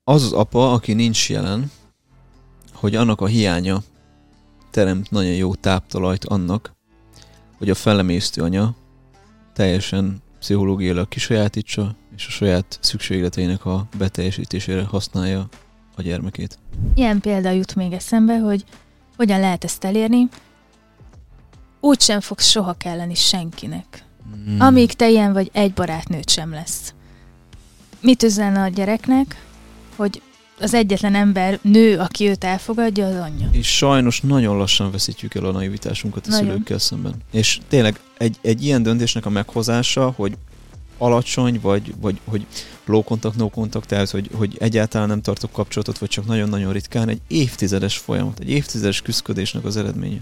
az az apa, aki nincs jelen, hogy annak a hiánya teremt nagyon jó táptalajt annak, hogy a felemésztő anya teljesen pszichológiailag kisajátítsa, és a saját szükségleteinek a beteljesítésére használja a gyermekét. Ilyen példa jut még eszembe, hogy hogyan lehet ezt elérni. Úgy sem fogsz soha kelleni senkinek. Amíg te ilyen vagy, egy barátnőd sem lesz. Mit üzen a gyereknek, hogy az egyetlen ember, nő, aki őt elfogadja, az anyja. És sajnos nagyon lassan veszítjük el a naivitásunkat a szülőkkel szemben. És tényleg egy ilyen döntésnek a meghozása, hogy alacsony, vagy hogy low contact, no contact, tehát hogy egyáltalán nem tartok kapcsolatot, vagy csak nagyon-nagyon ritkán, egy évtizedes folyamat, egy évtizedes küszködésnek az eredménye.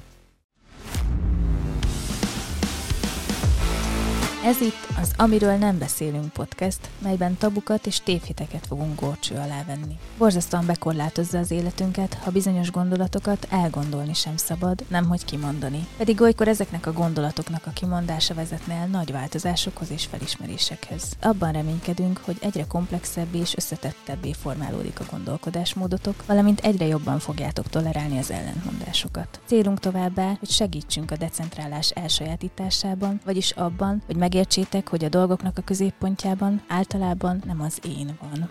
Ez itt az Amiről nem beszélünk podcast, melyben tabukat és tévhiteket fogunk górcső alá venni. Borzasztóan bekorlátozza az életünket, ha bizonyos gondolatokat elgondolni sem szabad, nemhogy kimondani. Pedig olykor ezeknek a gondolatoknak a kimondása vezetne el nagy változásokhoz és felismerésekhez. Abban reménykedünk, hogy egyre komplexebbé és összetettebbé formálódik a gondolkodásmódotok, valamint egyre jobban fogjátok tolerálni az ellentmondásokat. Célunk továbbá, hogy segítsünk a decentrálás elsajátításában, vagyis abban, hogy megértsétek, hogy a dolgoknak a középpontjában általában nem az én van.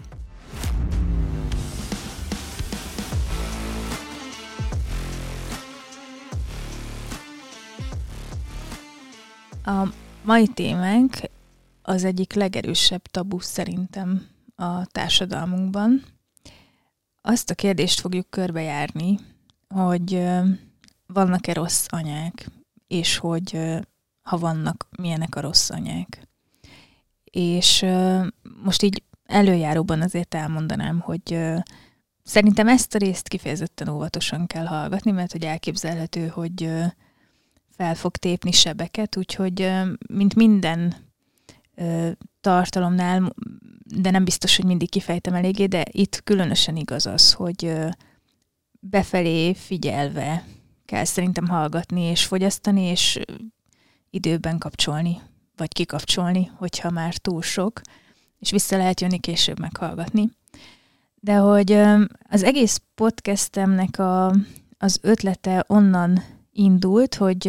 A mai témánk az egyik legerősebb tabu szerintem a társadalmunkban. Azt a kérdést fogjuk körbejárni, hogy vannak-e rossz anyák, és hogy ha vannak, milyenek a rossz anyák. És most így előjáróban azért elmondanám, hogy szerintem ezt a részt kifejezetten óvatosan kell hallgatni, mert hogy elképzelhető, hogy fel fog tépni sebeket, úgyhogy mint minden tartalomnál, de nem biztos, hogy mindig kifejtem eléggé, de itt különösen igaz az, hogy befelé figyelve kell szerintem hallgatni és fogyasztani, és időben kapcsolni, vagy kikapcsolni, hogyha már túl sok, és vissza lehet jönni később meghallgatni. De hogy az egész podcastemnek az ötlete onnan indult, hogy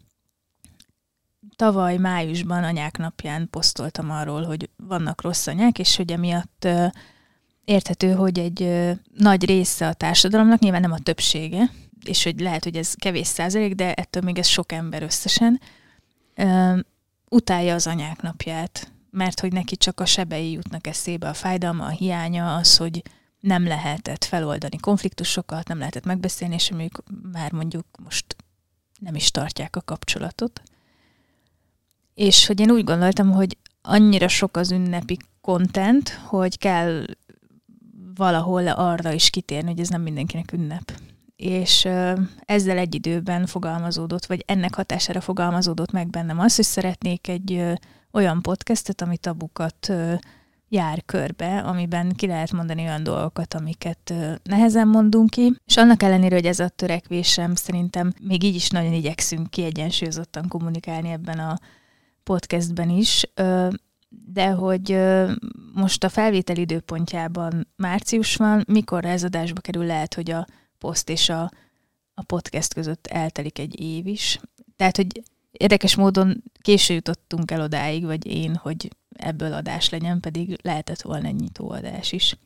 tavaly májusban anyák napján posztoltam arról, hogy vannak rossz anyák, és hogy emiatt érthető, hogy egy nagy része a társadalomnak, nyilván nem a többsége, és hogy lehet, hogy ez kevés százalék, de ettől még ez sok ember összesen, utálja az anyák napját, mert hogy neki csak a sebei jutnak eszébe, a fájdalma, a hiánya, az, hogy nem lehetett feloldani konfliktusokat, nem lehetett megbeszélni, és már mondjuk most nem is tartják a kapcsolatot. És hogy én úgy gondoltam, hogy annyira sok az ünnepi content, hogy kell valahol arra is kitérni, hogy ez nem mindenkinek ünnep. És ezzel egy időben fogalmazódott, vagy ennek hatására fogalmazódott meg bennem az, hogy szeretnék egy olyan podcastet, ami tabukat jár körbe, amiben ki lehet mondani olyan dolgokat, amiket nehezen mondunk ki. És annak ellenére, hogy ez a törekvésem, szerintem még így is nagyon igyekszünk kiegyensúlyozottan kommunikálni ebben a podcastben is, de hogy most a felvétel időpontjában március van, mikor ez adásba kerül, lehet, hogy a poszt és a podcast között eltelik egy év is. Tehát, hogy érdekes módon késő jutottunk el odáig, vagy én, hogy ebből adás legyen, pedig lehetett volna egy nyitóadás is.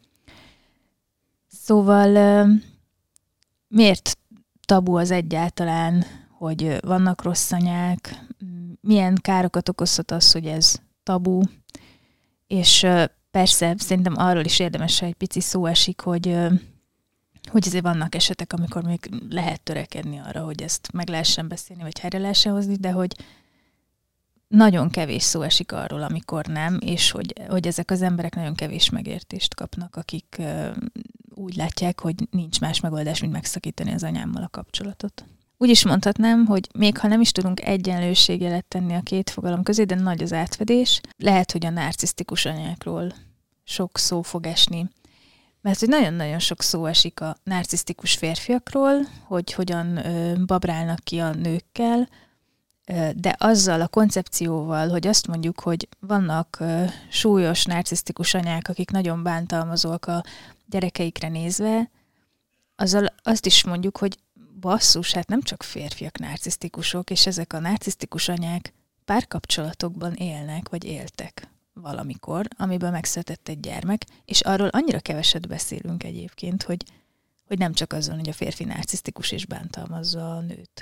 Szóval miért tabu az egyáltalán, hogy vannak rossz anyák, milyen károkat okozhat az, hogy ez tabu, és persze szerintem arról is érdemes, hogy egy pici szó esik, hogy azért vannak esetek, amikor még lehet törekedni arra, hogy ezt meg lehessen beszélni, vagy helyre lehessen hozni, de hogy nagyon kevés szó esik arról, amikor nem, és hogy ezek az emberek nagyon kevés megértést kapnak, akik úgy látják, hogy nincs más megoldás, mint megszakítani az anyámmal a kapcsolatot. Úgy is mondhatnám, hogy még ha nem is tudunk egyenlőségjelet tenni a két fogalom közé, de nagy az átfedés, lehet, hogy a narcisztikus anyákról sok szó fog esni. Mert hogy nagyon-nagyon sok szó esik a narcisztikus férfiakról, hogy hogyan babrálnak ki a nőkkel, de azzal a koncepcióval, hogy azt mondjuk, hogy vannak súlyos narcisztikus anyák, akik nagyon bántalmazóak a gyerekeikre nézve, azzal azt is mondjuk, hogy basszus, hát nem csak férfiak narcisztikusok, és ezek a narcisztikus anyák párkapcsolatokban élnek, vagy éltek valamikor, amiből megszületett egy gyermek, és arról annyira keveset beszélünk egyébként, hogy nem csak azon, hogy a férfi narcisztikus és bántalmazza a nőt.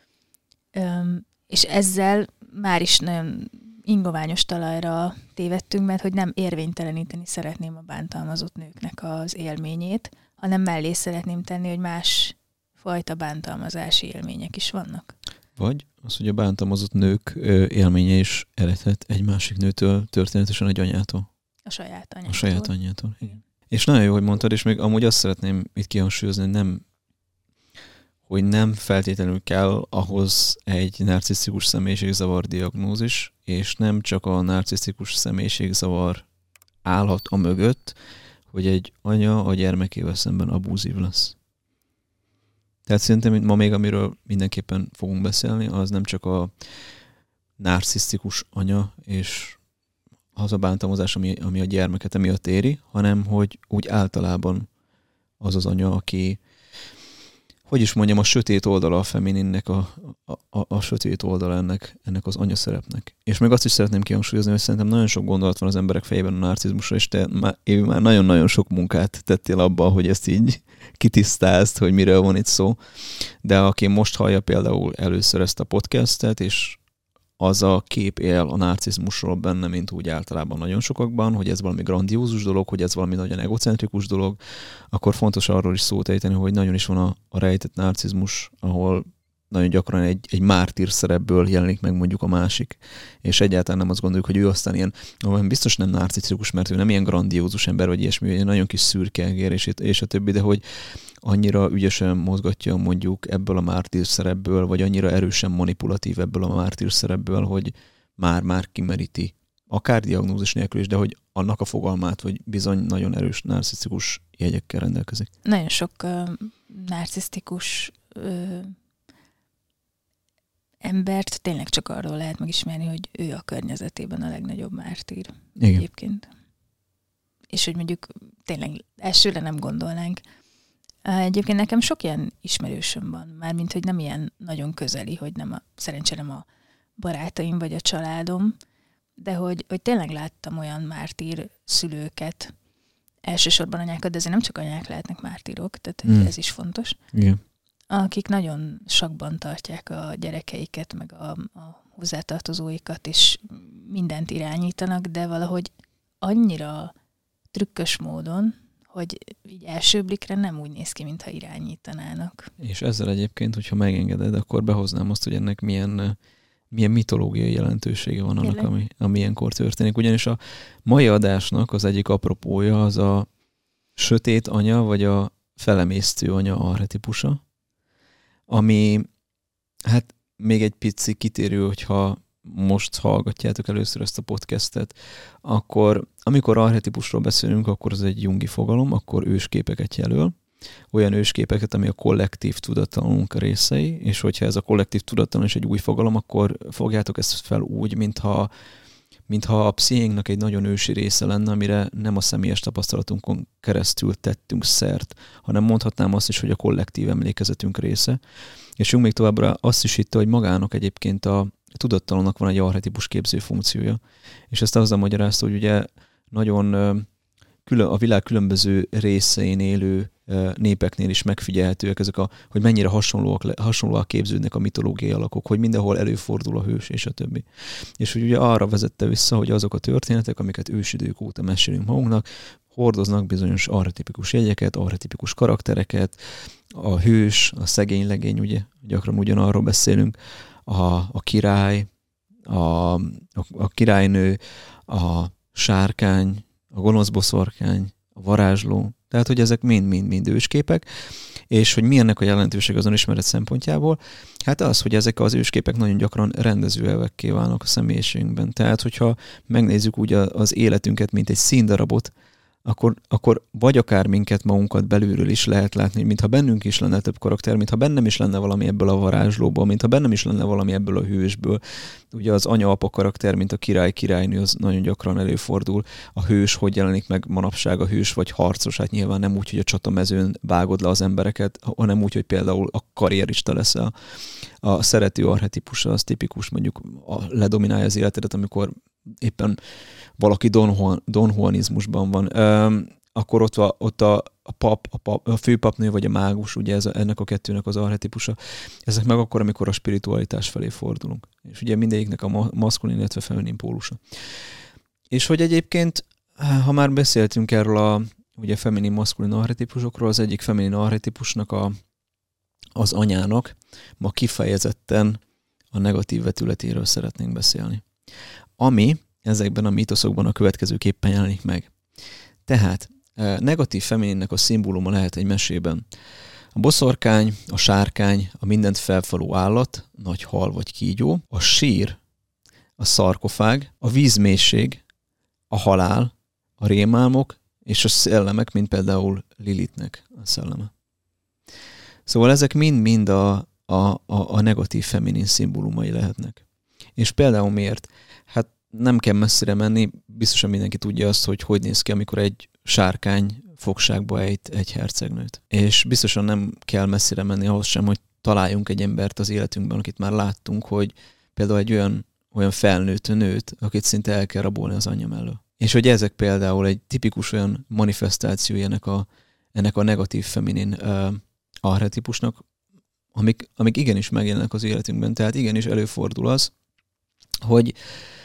És ezzel már is nagyon ingoványos talajra tévedtünk, mert hogy nem érvényteleníteni szeretném a bántalmazott nőknek az élményét, hanem mellé szeretném tenni, hogy más fajta bántalmazási élmények is vannak. Vagy az, hogy a bántalmazott nők élménye is eredhet egy másik nőtől, történetesen egy anyától. A saját anyától. A saját anyától, igen. És nagyon jó, hogy mondtad, és még amúgy azt szeretném itt kihangsúlyozni, hogy nem feltétlenül kell ahhoz egy narcisztikus személyiségzavar diagnózis, és nem csak a narcisztikus személyiségzavar állhat a mögött, hogy egy anya a gyermekével szemben abúzív lesz. Tehát szerintem ma még, amiről mindenképpen fogunk beszélni, az nem csak a narcisztikus anya és az a bántalmazás, ami a gyermeket emiatt éri, hanem hogy úgy általában az az anya, aki, hogy is mondjam, a sötét oldala a femininnek, a sötét oldala ennek az anyaszerepnek. És még azt is szeretném kihangsúlyozni, hogy szerintem nagyon sok gondolat van az emberek fejében a narcizmusra, és te már nagyon-nagyon sok munkát tettél abba, hogy ezt így kitisztázd, hogy miről van itt szó. De aki most hallja például először ezt a podcastet, és az a kép él a narcizmusról benne, mint úgy általában nagyon sokakban, hogy ez valami grandiózus dolog, hogy ez valami nagyon egocentrikus dolog, akkor fontos arról is szót ejteni, hogy nagyon is van a rejtett narcizmus, ahol nagyon gyakran egy mártír szerepből jelenik meg mondjuk a másik, és egyáltalán nem azt gondoljuk, hogy ő aztán ilyen, biztos nem narcisztikus, mert ő nem ilyen grandiózus ember, vagy ilyesmi, egy nagyon kis szürkeegér, és a többi, de hogy annyira ügyesen mozgatja mondjuk ebből a mártír szerepből, vagy annyira erősen manipulatív ebből a mártír szerepből, hogy már kimeríti, akár diagnózis nélkül is, de hogy annak a fogalmát, hogy bizony nagyon erős narcisztikus jegyekkel rendelkezik. Nagyon sok narcisztikus embert tényleg csak arról lehet megismerni, hogy ő a környezetében a legnagyobb mártír. Igen. Egyébként. És hogy mondjuk tényleg elsőre nem gondolnánk. Egyébként nekem sok ilyen ismerősöm van, mármint, hogy nem ilyen nagyon közeli, hogy szerencsére nem a barátaim vagy a családom, de hogy tényleg láttam olyan mártír szülőket, elsősorban anyákat, de azért nem csak anyák lehetnek mártírok, tehát ez is fontos. Igen. Akik nagyon sakban tartják a gyerekeiket, meg a hozzátartozóikat, és mindent irányítanak, de valahogy annyira trükkös módon, hogy így első blikre nem úgy néz ki, mintha irányítanának. És ezzel egyébként, hogyha megengeded, akkor behoznám azt, hogy ennek milyen mitológiai jelentősége van annak, ami ilyenkor történik. Ugyanis a mai adásnak az egyik apropója az a sötét anya, vagy a felemésztő anya archetípusa, ami hát még egy pici kitérő, hogyha most hallgatjátok először ezt a podcastet, akkor amikor archetípusról beszélünk, akkor az egy jungi fogalom, akkor ősképeket jelöl, olyan ősképeket, ami a kollektív tudatalunk részei, és hogyha ez a kollektív tudatalon is egy új fogalom, akkor fogjátok ezt fel úgy, mintha a pszichénknak egy nagyon ősi része lenne, amire nem a személyes tapasztalatunkon keresztül tettünk szert, hanem mondhatnám azt is, hogy a kollektív emlékezetünk része. És Jung még továbbra azt is hitte, hogy magának egyébként a tudattalonnak van egy archetípus képző funkciója. És ezt azzal magyarázta, hogy ugye nagyon a világ különböző részein élő népeknél is megfigyelhetőek ezek hogy mennyire hasonlóak képződnek a mitológiai alakok, hogy mindenhol előfordul a hős, és a többi. És hogy ugye arra vezette vissza, hogy azok a történetek, amiket ősidők óta mesélünk magunknak, hordoznak bizonyos archetipikus jegyeket, archetipikus karaktereket, a hős, a szegény legény, ugye gyakran ugyanarról beszélünk, a király, a királynő, a sárkány, a gonosz boszorkány, a varázsló, tehát, hogy ezek mind ősképek, és hogy mi ennek a jelentőség az önismeret szempontjából? Hát az, hogy ezek az ősképek nagyon gyakran rendezőelvekké válnak a személyiségünkben. Tehát, hogyha megnézzük úgy az életünket, mint egy színdarabot, akkor vagy akár minket, magunkat belülről is lehet látni, mintha bennünk is lenne több karakter, mintha bennem is lenne valami ebből a varázslóból, mintha bennem is lenne valami ebből a hősből. Ugye az anya-apa karakter, mint a király-királynő, az nagyon gyakran előfordul. A hős, hogy jelenik meg manapság a hős vagy harcos, hát nyilván nem úgy, hogy a csatamezőn vágod le az embereket, hanem úgy, hogy például a karrierista leszel. A szerető archetipusa az tipikus, mondjuk ledominálja az életedet, amikor éppen valaki Don Juanizmusban van, akkor ott a főpapnő vagy a mágus, ugye ennek a kettőnek az archetipusa. Ezek meg akkor, amikor a spiritualitás felé fordulunk. És ugye mindegyiknek a maszkulin, illetve feminin pólusa. És hogy egyébként, ha már beszéltünk erről a ugye feminin-maszkulin archetipusokról, az egyik feminin archetipusnak az anyának ma kifejezetten a negatív vetületéről szeretnénk beszélni. Ami ezekben a mítoszokban a következőképpen jelenik meg. Tehát negatív femininnek a szimbóluma lehet egy mesében a boszorkány, a sárkány, a mindent felfaló állat, nagy hal vagy kígyó, a sír, a szarkofág, a vízmélység, a halál, a rémálmok és a szellemek, mint például Lilithnek a szelleme. Szóval ezek mind-mind a negatív feminin szimbólumai lehetnek. És például miért? Hát nem kell messzire menni, biztosan mindenki tudja azt, hogy néz ki, amikor egy sárkány fogságba ejt egy hercegnőt. És biztosan nem kell messzire menni ahhoz sem, hogy találjunk egy embert az életünkben, akit már láttunk, hogy például egy olyan felnőtt nőt, akit szinte el kell rabolni az anyja mellől. És hogy ezek például egy tipikus olyan manifestációja ennek a negatív feminin archetipusnak, amik igenis megjelennek az életünkben. Tehát igenis előfordul az, hogy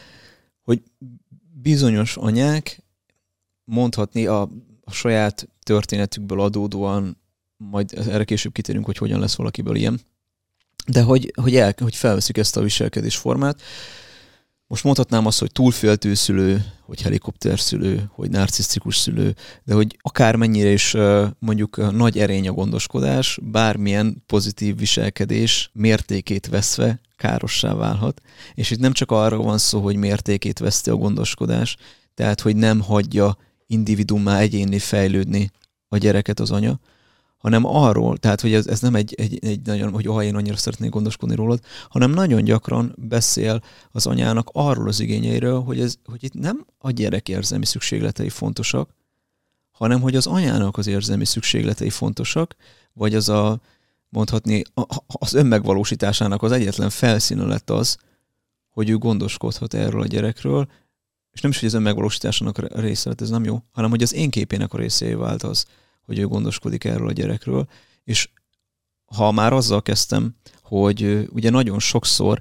bizonyos anyák mondhatni a saját történetükből adódóan, majd erre később kitérünk, hogy hogyan lesz valakiből ilyen, de hogy felveszik ezt a viselkedésformát. Most mondhatnám azt, hogy túlféltő szülő, hogy helikopterszülő, hogy narcisztikus szülő, de hogy akármennyire is mondjuk nagy erény a gondoskodás, bármilyen pozitív viselkedés mértékét veszve károssá válhat. És itt nem csak arra van szó, hogy mértékét veszti a gondoskodás, tehát hogy nem hagyja individummá egyénné fejlődni a gyereket az anya, hanem arról, tehát hogy ez nem egy nagyon, hogy én annyira szeretnék gondoskodni rólad, hanem nagyon gyakran beszél az anyának arról az igényeiről, hogy itt nem a gyerek érzelmi szükségletei fontosak, hanem hogy az anyának az érzelmi szükségletei fontosak, vagy mondhatni, az önmegvalósításának az egyetlen felszíne lett az, hogy ő gondoskodhat erről a gyerekről, és nem is, hogy az önmegvalósításának a része lett, ez nem jó, hanem hogy az én képének a részévé vált az, hogy ő gondoskodik erről a gyerekről. És ha már azzal kezdtem, hogy ugye nagyon sokszor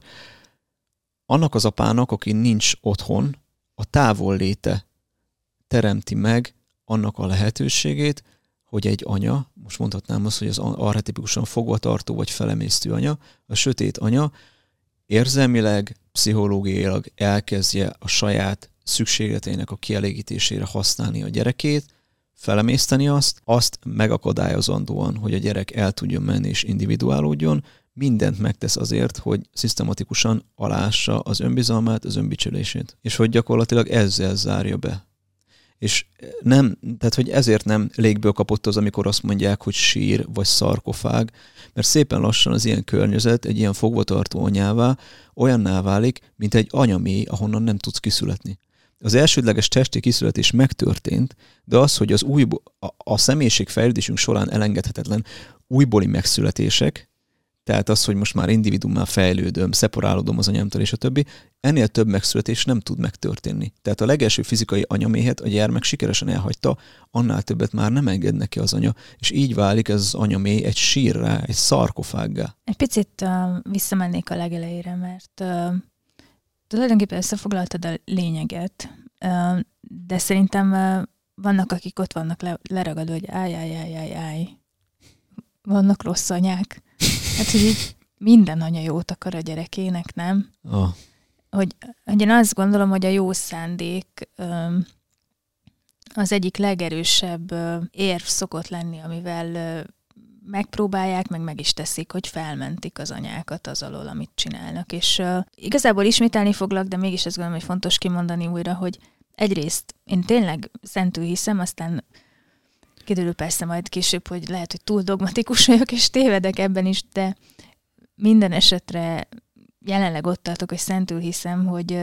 annak az apának, aki nincs otthon, a távolléte teremti meg annak a lehetőségét, hogy egy anya, most mondhatnám azt, hogy az archetipikusan fogvatartó vagy felemésztő anya, a sötét anya érzelmileg, pszichológiailag elkezdje a saját szükségleteinek a kielégítésére használni a gyerekét, felemészteni azt megakadályozandóan, hogy a gyerek el tudjon menni és individuálódjon, mindent megtesz azért, hogy szisztematikusan alássa az önbizalmát, az önbecsülését. És hogy gyakorlatilag ezzel zárja be. És tehát hogy ezért nem légből kapott az, amikor azt mondják, hogy sír vagy szarkofág, mert szépen lassan az ilyen környezet egy ilyen fogvatartó anyává olyanná válik, mint egy anyamély, ahonnan nem tudsz kiszületni. Az elsődleges testi kiszületés megtörtént, de az, hogy a személyiségfejlődésünk során elengedhetetlen újbóli megszületések, tehát az, hogy most már individummá fejlődöm, szeparálódom az anyámtól és a többi, ennél több megszületés nem tud megtörténni. Tehát a legelső fizikai anyaméhet a gyermek sikeresen elhagyta, annál többet már nem enged neki az anya, és így válik ez az anyaméh egy sírrá, egy szarkofággá. Egy picit visszamennék a legelejére, mert tulajdonképpen összefoglaltad a lényeget, de szerintem vannak, akik ott vannak leragadva, hogy állj. Vannak rossz anyák. Hát, hogy így minden anya jót akar a gyerekének, nem? Oh. Hogy én azt gondolom, hogy a jó szándék az egyik legerősebb érv szokott lenni, amivel megpróbálják, meg is teszik, hogy felmentik az anyákat az alól, amit csinálnak. És igazából ismételni foglak, de mégis azt gondolom, hogy fontos kimondani újra, hogy egyrészt én tényleg szentül hiszem, aztán kiderül persze majd később, hogy lehet, hogy túl dogmatikus vagyok, és tévedek ebben is, de minden esetre jelenleg ott tartok, hogy szentül hiszem, hogy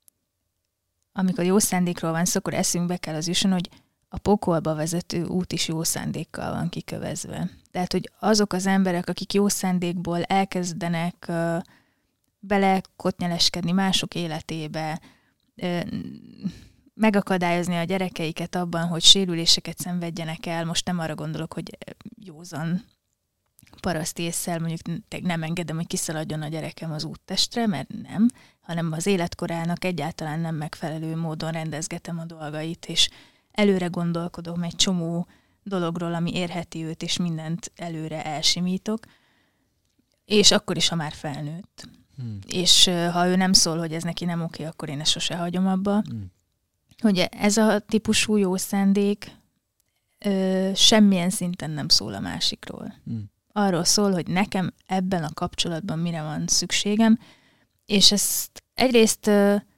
amikor jó szándékról van szó, akkor eszünkbe kell az jusson, hogy a pokolba vezető út is jó szándékkal van kikövezve. Tehát, hogy azok az emberek, akik jó szándékból elkezdenek belekotnyeleskedni mások életébe, megakadályozni a gyerekeiket abban, hogy sérüléseket szenvedjenek el. Most nem arra gondolok, hogy józan paraszti ésszel mondjuk nem engedem, hogy kiszaladjon a gyerekem az úttestre, mert nem, hanem az életkorának egyáltalán nem megfelelő módon rendezgetem a dolgait, és előre gondolkodom egy csomó dologról, ami érheti őt, és mindent előre elsimítok, és akkor is, ha már felnőtt. És ha ő nem szól, hogy ez neki nem oké, akkor én ezt sose hagyom abba. Hogy ez a típusú jó szándék semmilyen szinten nem szól a másikról. Arról szól, hogy nekem ebben a kapcsolatban mire van szükségem, és ezt egyrészt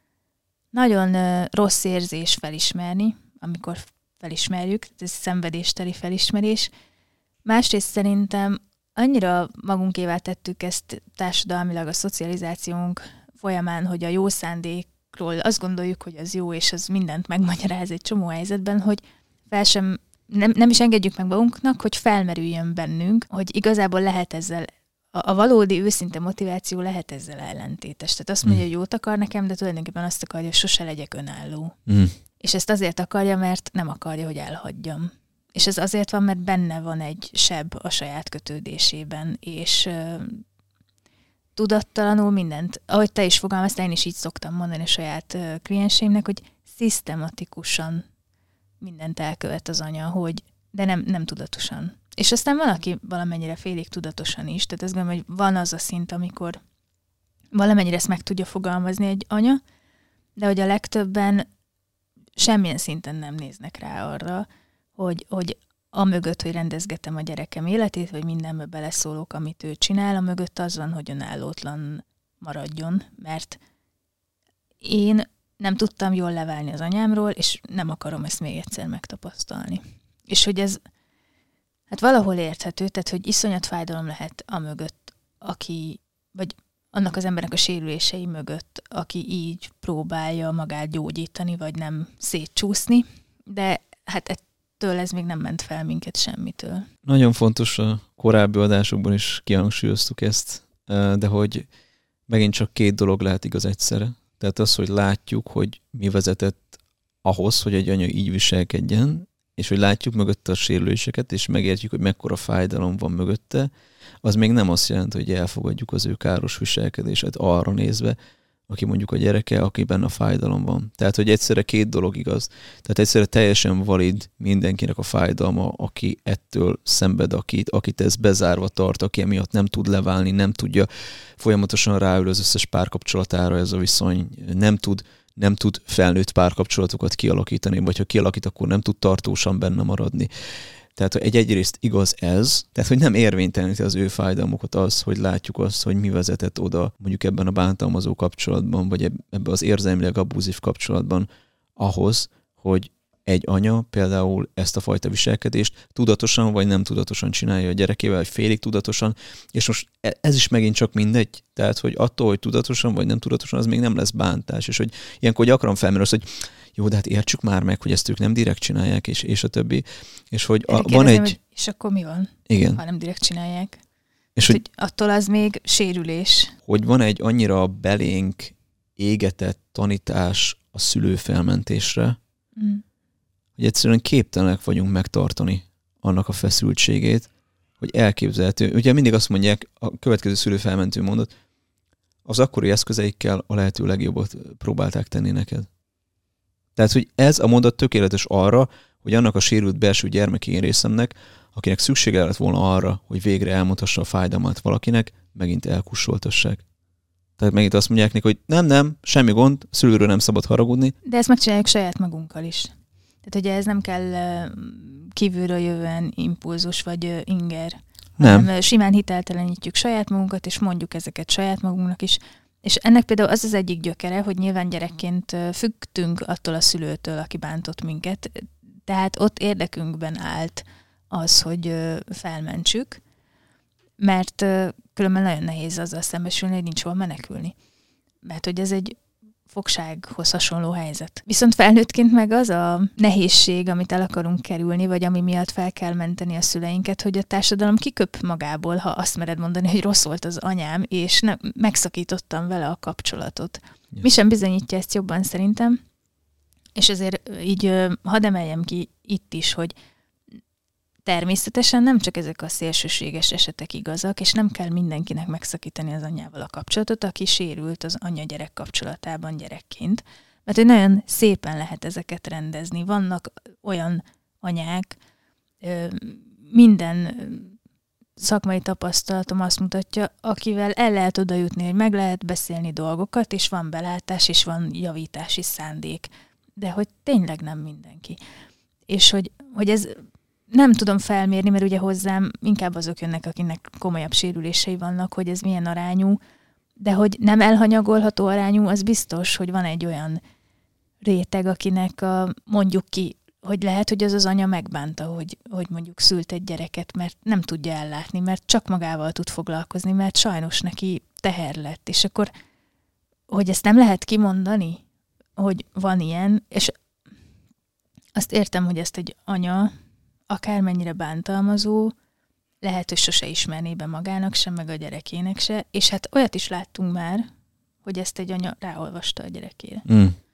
nagyon rossz érzés felismerni, amikor felismerjük, ez szenvedésteli felismerés. Másrészt szerintem annyira magunkévá tettük ezt társadalmilag a szocializációnk folyamán, hogy a jó szándékról azt gondoljuk, hogy az jó, és az mindent megmagyaráz egy csomó helyzetben, hogy nem is engedjük meg magunknak, hogy felmerüljön bennünk, hogy igazából lehet ezzel, a valódi őszinte motiváció lehet ezzel ellentétes. Tehát azt mondja, hogy jót akar nekem, de tulajdonképpen azt akarja, hogy sose legyek önálló. És ezt azért akarja, mert nem akarja, hogy elhagyjam. És ez azért van, mert benne van egy seb a saját kötődésében, és tudattalanul mindent, ahogy te is fogalmaztál, én is így szoktam mondani a saját klienseimnek, hogy szisztematikusan mindent elkövet az anya, de nem tudatosan. És aztán van, aki valamennyire félig tudatosan is, tehát azt gondolom, hogy van az a szint, amikor valamennyire ezt meg tudja fogalmazni egy anya, de hogy a legtöbben semmilyen szinten nem néznek rá arra, hogy amögött, hogy rendezgetem a gyerekem életét, vagy mindenbe beleszólok, amit ő csinál, amögött az van, hogy önállótlan maradjon, mert én nem tudtam jól leválni az anyámról, és nem akarom ezt még egyszer megtapasztalni. És hogy ez hát valahol érthető, tehát hogy iszonyat fájdalom lehet amögött, vagy annak az embernek a sérülései mögött, aki így próbálja magát gyógyítani, vagy nem szétcsúszni, de hát ettől ez még nem ment fel minket semmitől. Nagyon fontos, a korábbi adásokban is kihangsúlyoztuk ezt, de hogy megint csak két dolog lehet igaz egyszerre. Tehát az, hogy látjuk, hogy mi vezetett ahhoz, hogy egy anya így viselkedjen, és hogy látjuk mögötte a sérüléseket, és megértjük, hogy mekkora fájdalom van mögötte, az még nem azt jelenti, hogy elfogadjuk az ő káros viselkedését arra nézve, aki mondjuk a gyereke, akiben a fájdalom van. Tehát, hogy egyszerre két dolog igaz. Tehát egyszerre teljesen valid mindenkinek a fájdalma, aki ettől szenved, akit ez bezárva tart, aki emiatt nem tud leválni, nem tudja folyamatosan ráül az összes párkapcsolatára ez a viszony, nem tud felnőtt párkapcsolatokat kialakítani, vagy ha kialakít, akkor nem tud tartósan benne maradni. Tehát egyrészt igaz ez, tehát hogy nem érvényteleníti az ő fájdalmukat az, hogy látjuk azt, hogy mi vezetett oda mondjuk ebben a bántalmazó kapcsolatban, vagy ebben az érzelmileg abúzív kapcsolatban ahhoz, hogy egy anya például ezt a fajta viselkedést tudatosan vagy nem tudatosan csinálja a gyerekével, vagy félig tudatosan, és most ez is megint csak mindegy, tehát hogy attól, hogy tudatosan vagy nem tudatosan, az még nem lesz bántás, és hogy ilyenkor gyakran felmerül az, hogy jó, de hát értsük már meg, hogy ezt ők nem direkt csinálják, és a többi. És hogy van egy... Hogy, és akkor mi van, igen, ha nem direkt csinálják? És hogy attól az még sérülés. Hogy van egy annyira belénk égetett tanítás a szülőfelmentésre, hogy egyszerűen képtelenek vagyunk megtartani annak a feszültségét, hogy elképzelhető. Ugye mindig azt mondják, a következő szülőfelmentő mondat, az akkori eszközeikkel a lehető legjobbat próbálták tenni neked. Tehát, hogy ez a mondat tökéletes arra, hogy annak a sérült belső gyermeki én részemnek, akinek szüksége lett volna arra, hogy végre elmondhassa a fájdalmát valakinek, megint elkussoltassák. Tehát megint azt mondják neki, hogy nem, semmi gond, szülőről nem szabad haragudni. De ezt megcsináljuk saját magunkkal is. Tehát ugye ez nem kell kívülről jövően impulzus vagy inger. Nem. Hanem simán hiteltelenítjük saját magunkat, és mondjuk ezeket saját magunknak is. És ennek például az az egyik gyökere, hogy nyilván gyerekként függtünk attól a szülőtől, aki bántott minket, tehát ott érdekünkben állt az, hogy felmentsük, mert különben nagyon nehéz azzal szembesülni, hogy nincs hol menekülni. Mert hogy ez egy fogsághoz hasonló helyzet. Viszont felnőttként meg az a nehézség, amit el akarunk kerülni, vagy ami miatt fel kell menteni a szüleinket, hogy a társadalom kiköp magából, ha azt mered mondani, hogy rossz volt az anyám, és megszakítottam vele a kapcsolatot. Yes. Mi sem bizonyítja ezt jobban szerintem, és ezért így hadd emeljem ki itt is, hogy természetesen nem csak ezek a szélsőséges esetek igazak, és nem kell mindenkinek megszakítani az anyjával a kapcsolatot, aki sérült az anya-gyerek kapcsolatában gyerekként. Mert hogy nagyon szépen lehet ezeket rendezni. Vannak olyan anyák, minden szakmai tapasztalatom azt mutatja, akivel el lehet oda jutni, hogy meg lehet beszélni dolgokat, és van belátás, és van javítási szándék. De hogy tényleg nem mindenki. És hogy ez nem tudom felmérni, mert ugye hozzám inkább azok jönnek, akinek komolyabb sérülései vannak, hogy ez milyen arányú, de hogy nem elhanyagolható arányú, az biztos, hogy van egy olyan réteg, akinek mondjuk ki, hogy lehet, hogy az anya megbánta, hogy mondjuk szült egy gyereket, mert nem tudja ellátni, mert csak magával tud foglalkozni, mert sajnos neki teher lett. És akkor, hogy ezt nem lehet kimondani, hogy van ilyen, és azt értem, hogy ezt egy anya akármennyire bántalmazó, lehet, hogy sose ismerné be magának sem, meg a gyerekének se, és hát olyat is láttunk már, hogy ezt egy anya ráolvasta a gyerekére.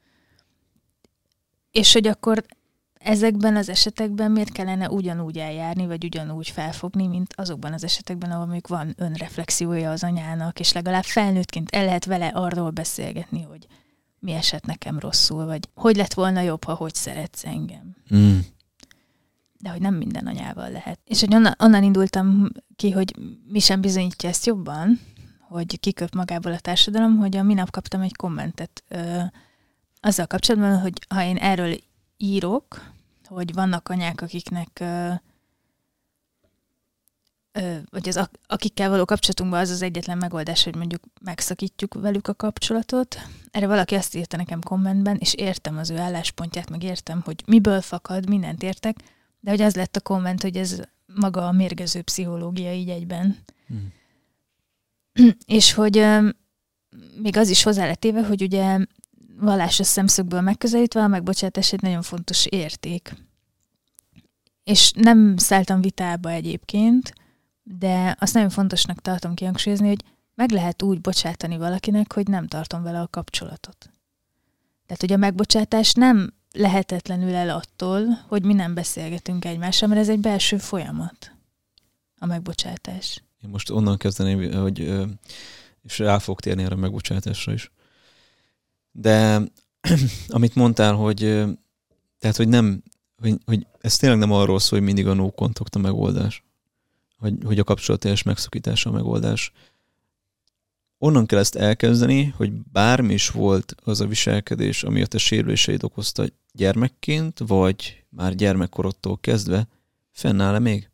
És hogy akkor ezekben az esetekben miért kellene ugyanúgy eljárni, vagy ugyanúgy felfogni, mint azokban az esetekben, ahol mondjuk van önreflexiója az anyának, és legalább felnőttként el lehet vele arról beszélgetni, hogy mi esett nekem rosszul, vagy hogy lett volna jobb, ha hogy szeretsz engem. De hogy nem minden anyával lehet. És hogy onnan indultam ki, hogy mi sem bizonyítja ezt jobban, hogy kiköp magából a társadalom, hogy a minap kaptam egy kommentet azzal kapcsolatban, hogy ha én erről írok, hogy vannak anyák, akiknek vagy akikkel való kapcsolatunkban az az egyetlen megoldás, hogy mondjuk megszakítjuk velük a kapcsolatot. Erre valaki azt írta nekem kommentben, és értem az ő álláspontját, meg értem, hogy miből fakad, mindent értek, de hogy az lett a komment, hogy ez maga a mérgező pszichológia így egyben. És hogy még az is hozzá lett téve, hogy ugye vallásos szemszögből megközelítve a megbocsátás egy nagyon fontos érték. És nem szálltam vitába egyébként, de azt nagyon fontosnak tartom kihangsúlyozni, hogy meg lehet úgy bocsátani valakinek, hogy nem tartom vele a kapcsolatot. Tehát, hogy a megbocsátás nem lehetetlenül el attól, hogy mi nem beszélgetünk egymással, mert ez egy belső folyamat, a megbocsátás. Én most onnan kezdeném, hogy és rá fog térni erre a megbocsátásra is. De amit mondtál, hogy tehát, hogy nem, hogy ez tényleg nem arról szól, hogy mindig a no contact a megoldás. Hogy a kapcsolatteljes megszakítása a megoldás. Onnan kell ezt elkezdeni, hogy bármi is volt az a viselkedés, ami a te sérüléseid okozta gyermekként, vagy már gyermekkorodtól kezdve, fennáll-e még?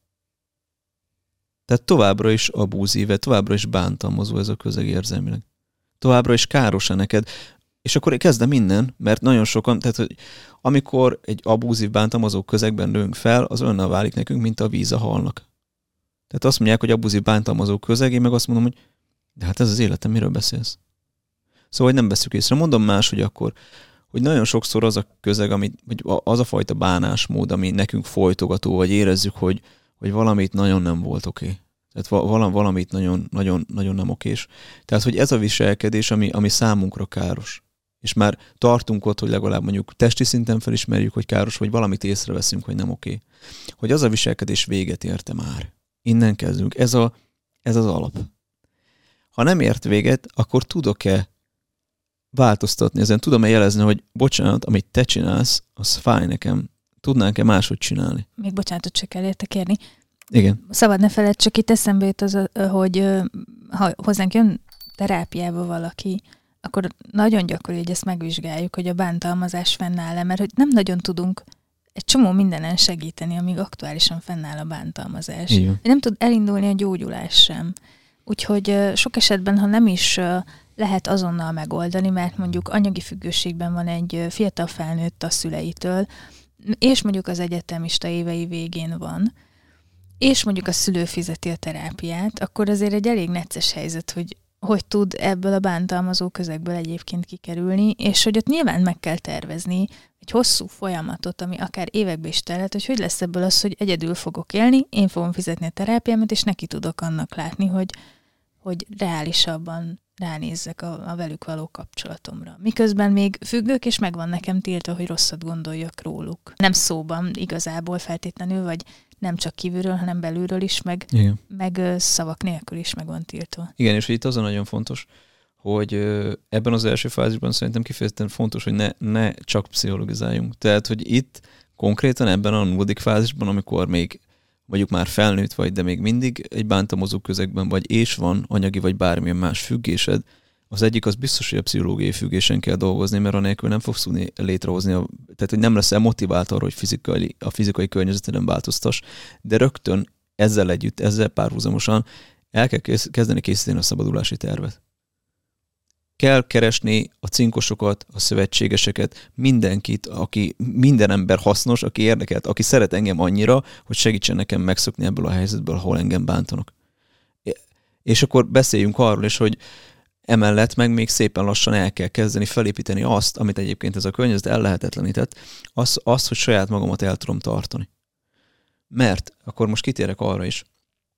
Tehát továbbra is abúzíve, továbbra is bántalmazó ez a közeg érzelmileg. Továbbra is káros-e neked? És akkor kezdem innen, mert nagyon sokan, tehát hogy amikor egy abúzív, bántalmazó közegben nőünk fel, az önnel válik nekünk, mint a víz a halnak. Tehát azt mondják, hogy abúzív, bántalmazó közeg, én meg azt mondom, hogy de hát ez az életem, miről beszélsz? Szóval, hogy nem veszük észre. Mondom más, hogy akkor, hogy nagyon sokszor az a közeg, vagy az a fajta bánásmód, ami nekünk folytogató, vagy érezzük, hogy valamit nagyon nem volt oké. Tehát valamit nagyon nem okés. Tehát, hogy ez a viselkedés, ami számunkra káros. És már tartunk ott, hogy legalább mondjuk testi szinten felismerjük, hogy káros, vagy valamit észreveszünk, hogy nem oké. Hogy az a viselkedés véget érte már. Innen kezdünk. Ez az alap. Ha nem ért véget, akkor tudok-e változtatni ezen? Tudom-e jelezni, hogy bocsánat, amit te csinálsz, az fáj nekem. Tudnánk-e máshogy csinálni? Még bocsánatot se kell érte kérni. Igen. Szabad ne feled, csak itt eszembe jut az, hogy ha hozzánk jön terápiába valaki, akkor nagyon gyakori, hogy ezt megvizsgáljuk, hogy a bántalmazás fennáll-e, mert hogy nem nagyon tudunk egy csomó mindenen segíteni, amíg aktuálisan fennáll a bántalmazás. Nem tud elindulni a gyógyulás sem. Úgyhogy sok esetben, ha nem is lehet azonnal megoldani, mert mondjuk anyagi függőségben van egy fiatal felnőtt a szüleitől, és mondjuk az egyetemista évei végén van, és mondjuk a szülő fizeti a terápiát, akkor azért egy elég necces helyzet, hogy tud ebből a bántalmazó közegből egyébként kikerülni, és hogy ott nyilván meg kell tervezni egy hosszú folyamatot, ami akár évekbe is telhet, hogy lesz ebből az, hogy egyedül fogok élni, én fogom fizetni a terápiámat, és neki tudok annak látni, hogy reálisabban ránézzek a velük való kapcsolatomra. Miközben még függők, és meg van nekem tiltva, hogy rosszat gondoljak róluk. Nem szóban igazából feltétlenül, vagy nem csak kívülről, hanem belülről is, meg szavak nélkül is meg van tiltva. Igen, és itt az a nagyon fontos, hogy ebben az első fázisban szerintem kifejezetten fontos, hogy ne csak pszichológizáljunk. Tehát, hogy itt konkrétan ebben a nulladik fázisban, amikor még mondjuk már felnőtt vagy, de még mindig egy bántalmazó közegben vagy, és van anyagi vagy bármilyen más függésed, az egyik az biztos, hogy a pszichológiai függésen kell dolgozni, mert anélkül nem fogsz tudni létrehozni, tehát hogy nem leszel motivált arra, hogy a fizikai környezeteden változtass, de rögtön ezzel együtt, ezzel párhuzamosan el kell kezdeni készíteni a szabadulási tervet. Kell keresni a cinkosokat, a szövetségeseket, mindenkit, minden ember hasznos, aki érdekelt, aki szeret engem annyira, hogy segítsen nekem megszokni ebből a helyzetből, ahol engem bántanak. És akkor beszéljünk arról is, hogy emellett meg még szépen lassan el kell kezdeni felépíteni azt, amit egyébként ez a környezet ellehetetlenített, azt, hogy saját magamat el tudom tartani. Mert, akkor most kitérek arra is,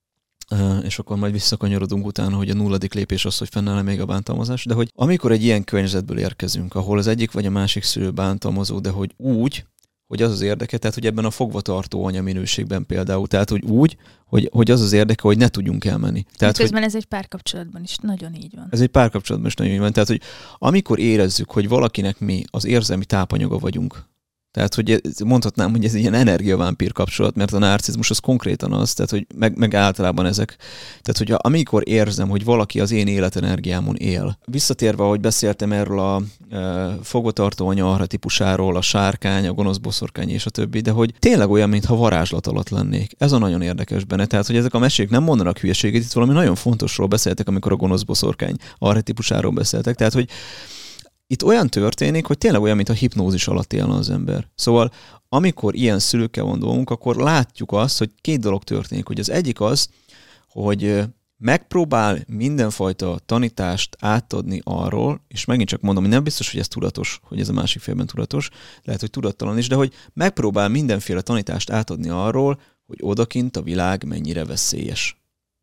és akkor majd visszakanyarodunk utána, hogy a nulladik lépés az, hogy fennáll még a bántalmazás, de hogy amikor egy ilyen környezetből érkezünk, ahol az egyik vagy a másik szülő bántalmazó, de hogy úgy, hogy az az érdeke, tehát hogy ebben a fogvatartó anyaminőségben például, tehát hogy úgy, hogy az az érdeke, hogy ne tudjunk elmenni. Tehát, közben ez egy párkapcsolatban is nagyon így van. Ez egy párkapcsolatban is nagyon így van. Tehát, hogy amikor érezzük, hogy valakinek mi az érzelmi tápanyaga vagyunk, tehát, hogy mondhatnám, hogy ez egy ilyen energiavámpír kapcsolat, mert a narcizmus az konkrétan az, tehát, hogy meg általában ezek. Tehát, hogy amikor érzem, hogy valaki az én életenergiámon él. Visszatérve, ahogy beszéltem erről a fogvatartó anya archetípusáról, a sárkány, a gonosz boszorkány és a többi, de hogy tényleg olyan, mintha varázslat alatt lennék. Ez a nagyon érdekes benne. Tehát, hogy ezek a mesék nem mondanak hülyeséget, itt valami nagyon fontosról beszéltek, amikor a gonosz boszorkány archetípusáról beszéltek. Tehát, hogy itt olyan történik, hogy tényleg olyan, mintha hipnózis alatt élne az ember. Szóval, amikor ilyen szülőkkel van dolgunk, akkor látjuk azt, hogy két dolog történik. Hogy az egyik az, hogy megpróbál mindenfajta tanítást átadni arról, és megint csak mondom, hogy nem biztos, hogy ez tudatos, hogy ez a másik félben tudatos, lehet, hogy tudattalan is, de hogy megpróbál mindenféle tanítást átadni arról, hogy odakint a világ mennyire veszélyes.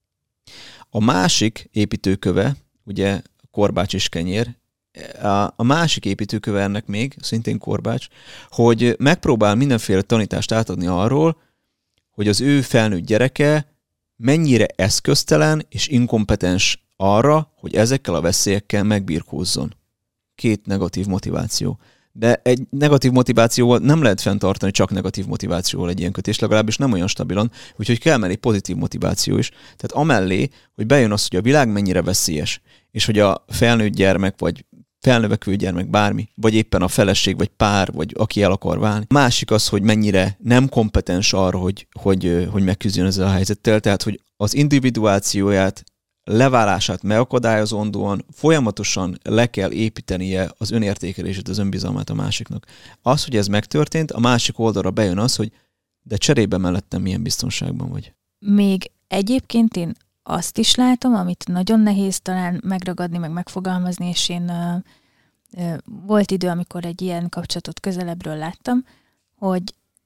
A másik építőköve, ugye korbács és kenyér, a másik építőköve ennek még, szintén korbács, hogy megpróbál mindenféle tanítást átadni arról, hogy az ő felnőtt gyereke mennyire eszköztelen és inkompetens arra, hogy ezekkel a veszélyekkel megbirkózzon. Két negatív motiváció. De egy negatív motivációval nem lehet fenntartani csak negatív motivációval egy ilyen kötést, legalábbis nem olyan stabilan, úgyhogy kell mellé pozitív motiváció is. Tehát amellé, hogy bejön az, hogy a világ mennyire veszélyes, és hogy a felnőtt gyermek, vagy felnövekvő gyermek, bármi, vagy éppen a feleség, vagy pár, vagy aki el akar válni. Másik az, hogy mennyire nem kompetens arra, hogy megküzdjön ezzel a helyzettel, tehát hogy az individuációját, leválását megakadályozóan folyamatosan le kell építenie az önértékelését, az önbizalmát a másiknak. Az, hogy ez megtörtént, a másik oldalra bejön az, hogy de cserébe mellettem milyen biztonságban vagy. Még egyébként én azt is látom, amit nagyon nehéz talán megragadni, meg megfogalmazni, és én volt idő, amikor egy ilyen kapcsolatot közelebbről láttam, hogy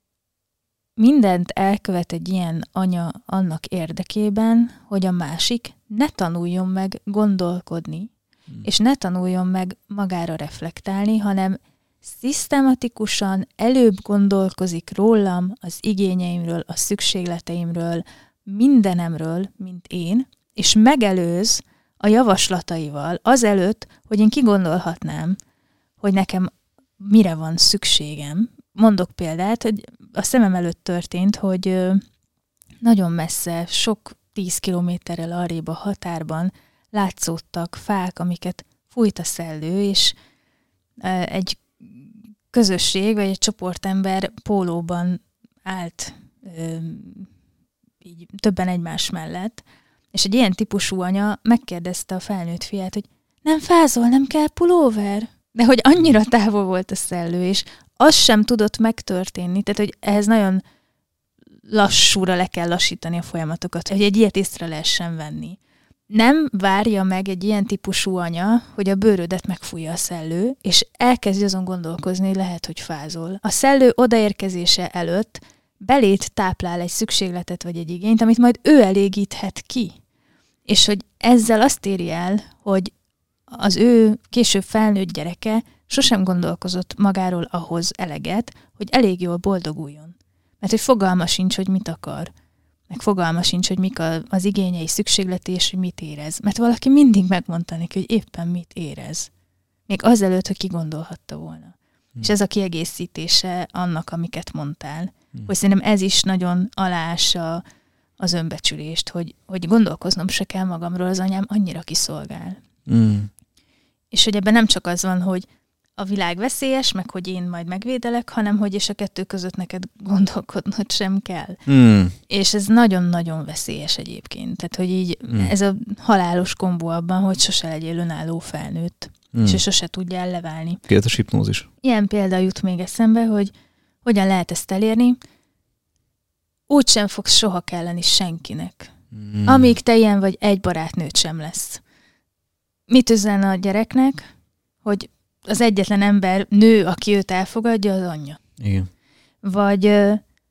mindent elkövet egy ilyen anya annak érdekében, hogy a másik ne tanuljon meg gondolkodni, és ne tanuljon meg magára reflektálni, hanem szisztematikusan előbb gondolkozik rólam, az igényeimről, a szükségleteimről, mindenemről, mint én, és megelőz a javaslataival azelőtt, hogy én kigondolhatnám, hogy nekem mire van szükségem. Mondok példát, hogy a szemem előtt történt, hogy nagyon messze, sok 10 kilométerrel arrébb a határban látszódtak fák, amiket fújt a szellő, és egy közösség, vagy egy csoportember pólóban állt így többen egymás mellett, És egy ilyen típusú anya megkérdezte a felnőtt fiát, hogy nem fázol, nem kell pulóver? De hogy annyira távol volt a szellő, és az sem tudott megtörténni, tehát hogy ehhez nagyon lassúra le kell lassítani a folyamatokat, hogy egy ilyet észre lehessen venni. Nem várja meg egy ilyen típusú anya, hogy a bőrödet megfújja a szellő, és elkezd azon gondolkozni, hogy lehet, hogy fázol. A szellő odaérkezése előtt belét táplál egy szükségletet vagy egy igényt, amit majd ő elégíthet ki. És hogy ezzel azt éri el, hogy az ő később felnőtt gyereke sosem gondolkozott magáról ahhoz eleget, hogy elég jól boldoguljon. Mert hogy fogalma sincs, hogy mit akar. Meg fogalma sincs, hogy mik az igényei, szükségleti, és hogy mit érez. Mert valaki mindig megmondta neki, hogy éppen mit érez. Még azelőtt, hogy kigondolhatta volna. És ez a kiegészítése annak, amiket mondtál. Hogy szerintem ez is nagyon aláássa az önbecsülést, hogy gondolkoznom se kell magamról, az anyám annyira kiszolgál. És hogy ebben nem csak az van, hogy a világ veszélyes, meg hogy én majd megvédelek, hanem hogy és a kettő között neked gondolkodnod sem kell. És ez nagyon-nagyon veszélyes egyébként. Tehát, hogy így ez a halálos kombó abban, hogy sose legyél önálló felnőtt. És sose tudjál leválni. Kérdés hipnózis. Ilyen példa jut még eszembe, hogy hogyan lehet ezt elérni. Úgy sem fogsz soha kelleni senkinek. Amíg te ilyen vagy, egy barátnőt sem lesz. Mit üzen a gyereknek? Hogy az egyetlen ember, nő, aki őt elfogadja, az anyja. Igen. Vagy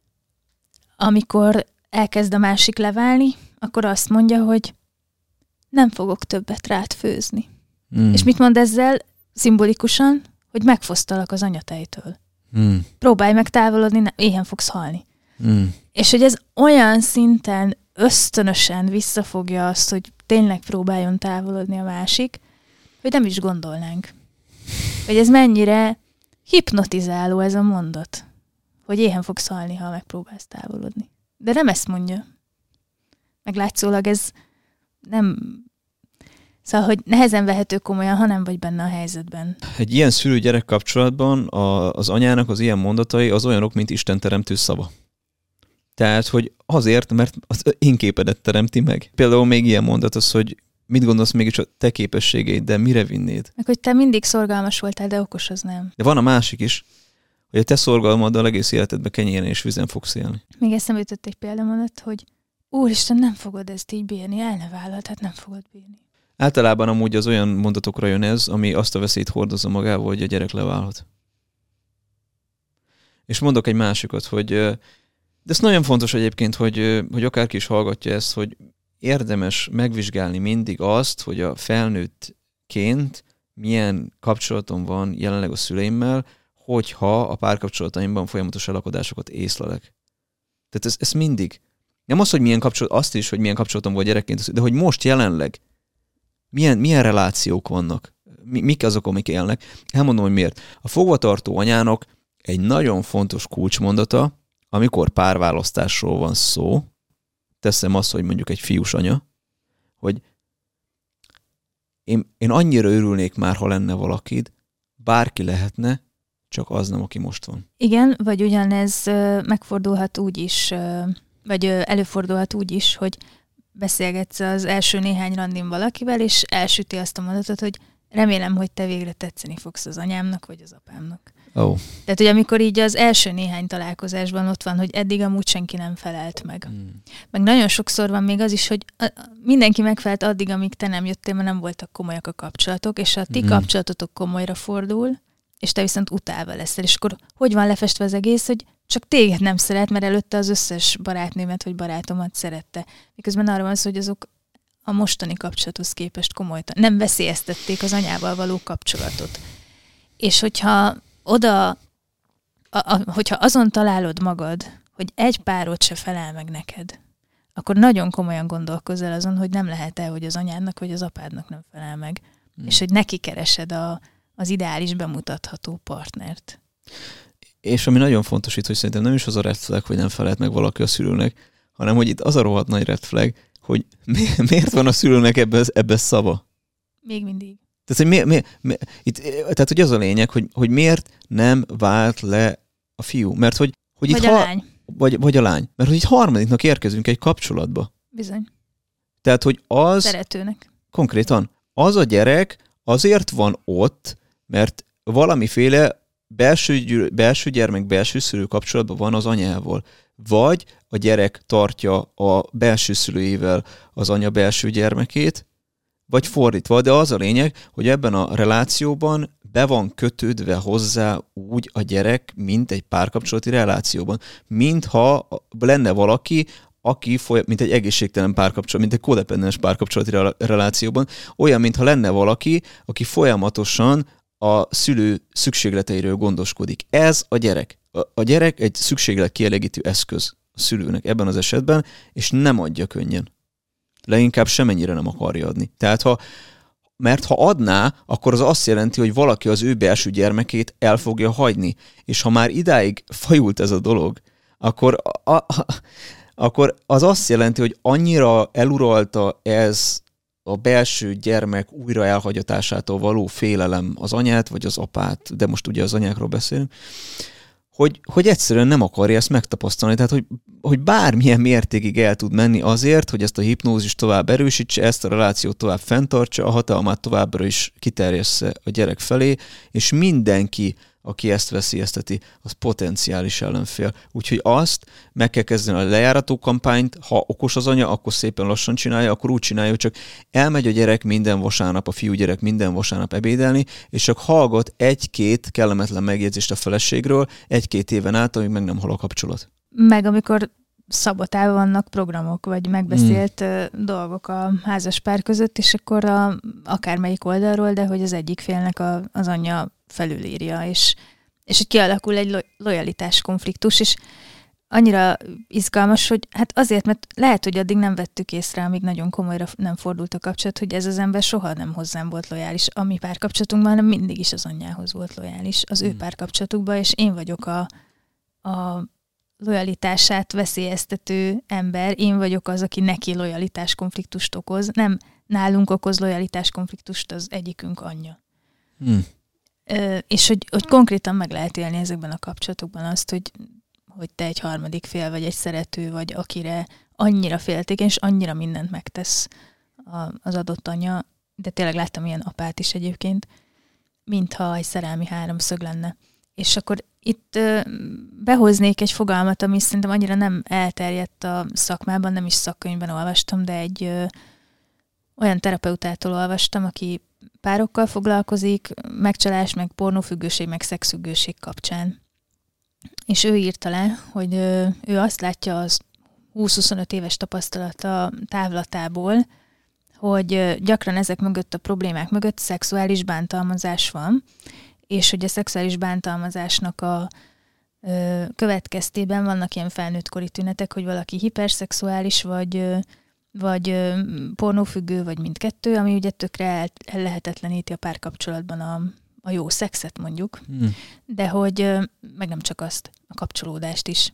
amikor elkezd a másik leválni, akkor azt mondja, hogy nem fogok többet rád főzni. És mit mond ezzel szimbolikusan? Hogy megfosztalak az anyatejtől. Próbálj meg távolodni, éhen fogsz halni. És hogy ez olyan szinten ösztönösen visszafogja azt, hogy tényleg próbáljon távolodni a másik, hogy nem is gondolnánk. Hogy ez mennyire hipnotizáló ez a mondat. Hogy éhen fogsz halni, ha megpróbálsz távolodni. De nem ezt mondja. Meg látszólag ez nem... Szóval, hogy nehezen vehető komolyan, ha nem vagy benne a helyzetben. Egy ilyen szülő-gyerek kapcsolatban az anyának az ilyen mondatai az olyanok, mint Isten teremtő szava. Tehát, hogy azért, mert az én képedet teremti meg. Például még ilyen mondat az, hogy mit gondolsz mégis a te képességeid, de mire vinnéd? Meg, hogy te mindig szorgalmas voltál, de okos az nem. De van a másik is, hogy a te szorgalmaddal egész életedben kenyéren és vízen fogsz élni. Még eszembe jutott egy példamondat, hogy Úristen, nem fogod ezt így bírni, el ne vállalt, hát nem fogod bírni. Általában amúgy az olyan mondatokra jön ez, ami azt a veszélyt hordozza magával, hogy a gyerek leválhat. És mondok egy másikat, hogy de ez nagyon fontos egyébként, hogy akárki is hallgatja ezt, hogy érdemes megvizsgálni mindig azt, hogy a felnőttként milyen kapcsolatom van jelenleg a szüleimmel, hogyha a párkapcsolataimban folyamatos elakadásokat észlelek. Tehát ez mindig. Nem az, hogy milyen kapcsolat, azt is, hogy milyen kapcsolatom volt gyerekként, de hogy most jelenleg milyen relációk vannak, mik azok, amik élnek. Elmondom, hogy miért. A fogvatartó anyának egy nagyon fontos kulcsmondata, amikor párválasztásról van szó, teszem azt, hogy mondjuk egy fiús anya, hogy én annyira örülnék már, ha lenne valakid, bárki lehetne, csak az nem, aki most van. Igen, vagy ugyanez megfordulhat úgy is, vagy előfordulhat úgy is, hogy beszélgetsz az első néhány randin valakivel, és elsüti azt a mondatot, hogy remélem, hogy te végre tetszeni fogsz az anyámnak, vagy az apámnak. Oh. Tehát, hogy amikor így az első néhány találkozásban ott van, hogy eddig amúgy senki nem felelt meg. Meg nagyon sokszor van még az is, hogy mindenki megfelelt addig, amíg te nem jöttél, mert nem voltak komolyak a kapcsolatok, és a ti kapcsolatotok komolyra fordul, és te viszont utálva leszel. És akkor hogy van lefestve az egész, hogy csak téged nem szeret, mert előtte az összes barátnőmet vagy barátomat szerette. Miközben arra van szó, hogy azok a mostani kapcsolathoz képest komolytan nem veszélyeztették az anyával való kapcsolatot. És hogyha hogyha azon találod magad, hogy egy párod se felel meg neked, akkor nagyon komolyan gondolkozz el azon, hogy nem lehet-e, hogy az anyádnak vagy az apádnak nem felel meg. És hogy neki keresed az ideális bemutatható partnert. És ami nagyon fontos itt, hogy szerintem nem is az a red flag, hogy nem felelt meg valaki a szülőnek, hanem hogy itt az a rohadt nagy red flag, hogy miért van a szülőnek ebbe szava. Még mindig. Tehát, hogy tehát, hogy az a lényeg, hogy miért nem vált le a fiú. Mert hogy vagy itt a lány. Vagy a lány. Mert hogy itt harmadiknak érkezünk egy kapcsolatba. Bizony. Tehát, hogy az... Szeretőnek. Konkrétan, az a gyerek azért van ott, mert valamiféle belső gyermek, belső szülő kapcsolatban van az anyával. Vagy a gyerek tartja a belső szülőjével az anya belső gyermekét, vagy fordítva, de az a lényeg, hogy ebben a relációban be van kötődve hozzá úgy a gyerek, mint egy párkapcsolati relációban. Mintha lenne valaki, aki mint egy egészségtelen párkapcsolat, mint egy kodependens párkapcsolati relációban, olyan, mintha lenne valaki, aki folyamatosan a szülő szükségleteiről gondoskodik. Ez a gyerek. A gyerek egy szükséglet kielégítő eszköz a szülőnek ebben az esetben, és nem adja könnyen. Leginkább semennyire nem akarja adni. Tehát mert ha adná, akkor az azt jelenti, hogy valaki az ő belső gyermekét el fogja hagyni. És ha már idáig fajult ez a dolog, akkor az azt jelenti, hogy annyira eluralta ez a belső gyermek újra elhagyatásától való félelem az anyát, vagy az apát, de most ugye az anyákról beszélünk, hogy egyszerűen nem akarja ezt megtapasztalni. Tehát, hogy bármilyen mértékig el tud menni azért, hogy ezt a hipnózis tovább erősítse, ezt a relációt tovább fenntartsa, a hatalmát továbbra is kiterjessze a gyerek felé, és mindenki, aki ezt veszélyezteti, az potenciális ellenfél. Úgyhogy azt meg kell kezdeni a lejárató kampányt, ha okos az anya, akkor szépen lassan csinálja, akkor úgy csinálja, hogy csak elmegy a gyerek minden vasárnap, a fiúgyerek minden vasárnap ebédelni, és csak hallgat egy-két kellemetlen megjegyzést a feleségről, egy-két éven át, amíg meg nem hal a kapcsolat. Meg amikor szabotálva vannak programok, vagy megbeszélt dolgok a házas pár között, és akkor akármelyik oldalról, de hogy az egyik félnek az anyja felülírja, és hogy kialakul egy lojalitás konfliktus, és annyira izgalmas, hogy hát azért, mert lehet, hogy addig nem vettük észre, amíg nagyon komolyra nem fordult a kapcsolat, hogy ez az ember soha nem hozzám volt lojális a mi párkapcsolatunkban, hanem mindig is az anyjához volt lojális az ő párkapcsolatukban, és én vagyok a lojalitását veszélyeztető ember, én vagyok az, aki neki lojalitás konfliktust okoz, nem nálunk okoz lojalitás konfliktust az egyikünk anyja. És hogy konkrétan meg lehet élni ezekben a kapcsolatokban azt, hogy te egy harmadik fél, vagy egy szerető, vagy akire annyira féltékeny, és annyira mindent megtesz az adott anya, de tényleg láttam ilyen apát is egyébként, mintha egy szerelmi háromszög lenne. És akkor itt behoznék egy fogalmat, ami szerintem annyira nem elterjedt a szakmában, nem is szakkönyvben olvastam, de egy olyan terapeutától olvastam, aki párokkal foglalkozik, megcsalás, meg pornófüggőség, meg szexfüggőség kapcsán. És ő írta le, hogy ő azt látja az 20-25 éves tapasztalata távlatából, hogy gyakran ezek mögött a problémák mögött szexuális bántalmazás van, és hogy a szexuális bántalmazásnak a következtében vannak ilyen felnőttkori tünetek, hogy valaki hiperszexuális, vagy pornófüggő, vagy mindkettő, ami ugye tökre ellehetetleníti a párkapcsolatban a jó szexet mondjuk, de hogy meg nem csak azt, a kapcsolódást is.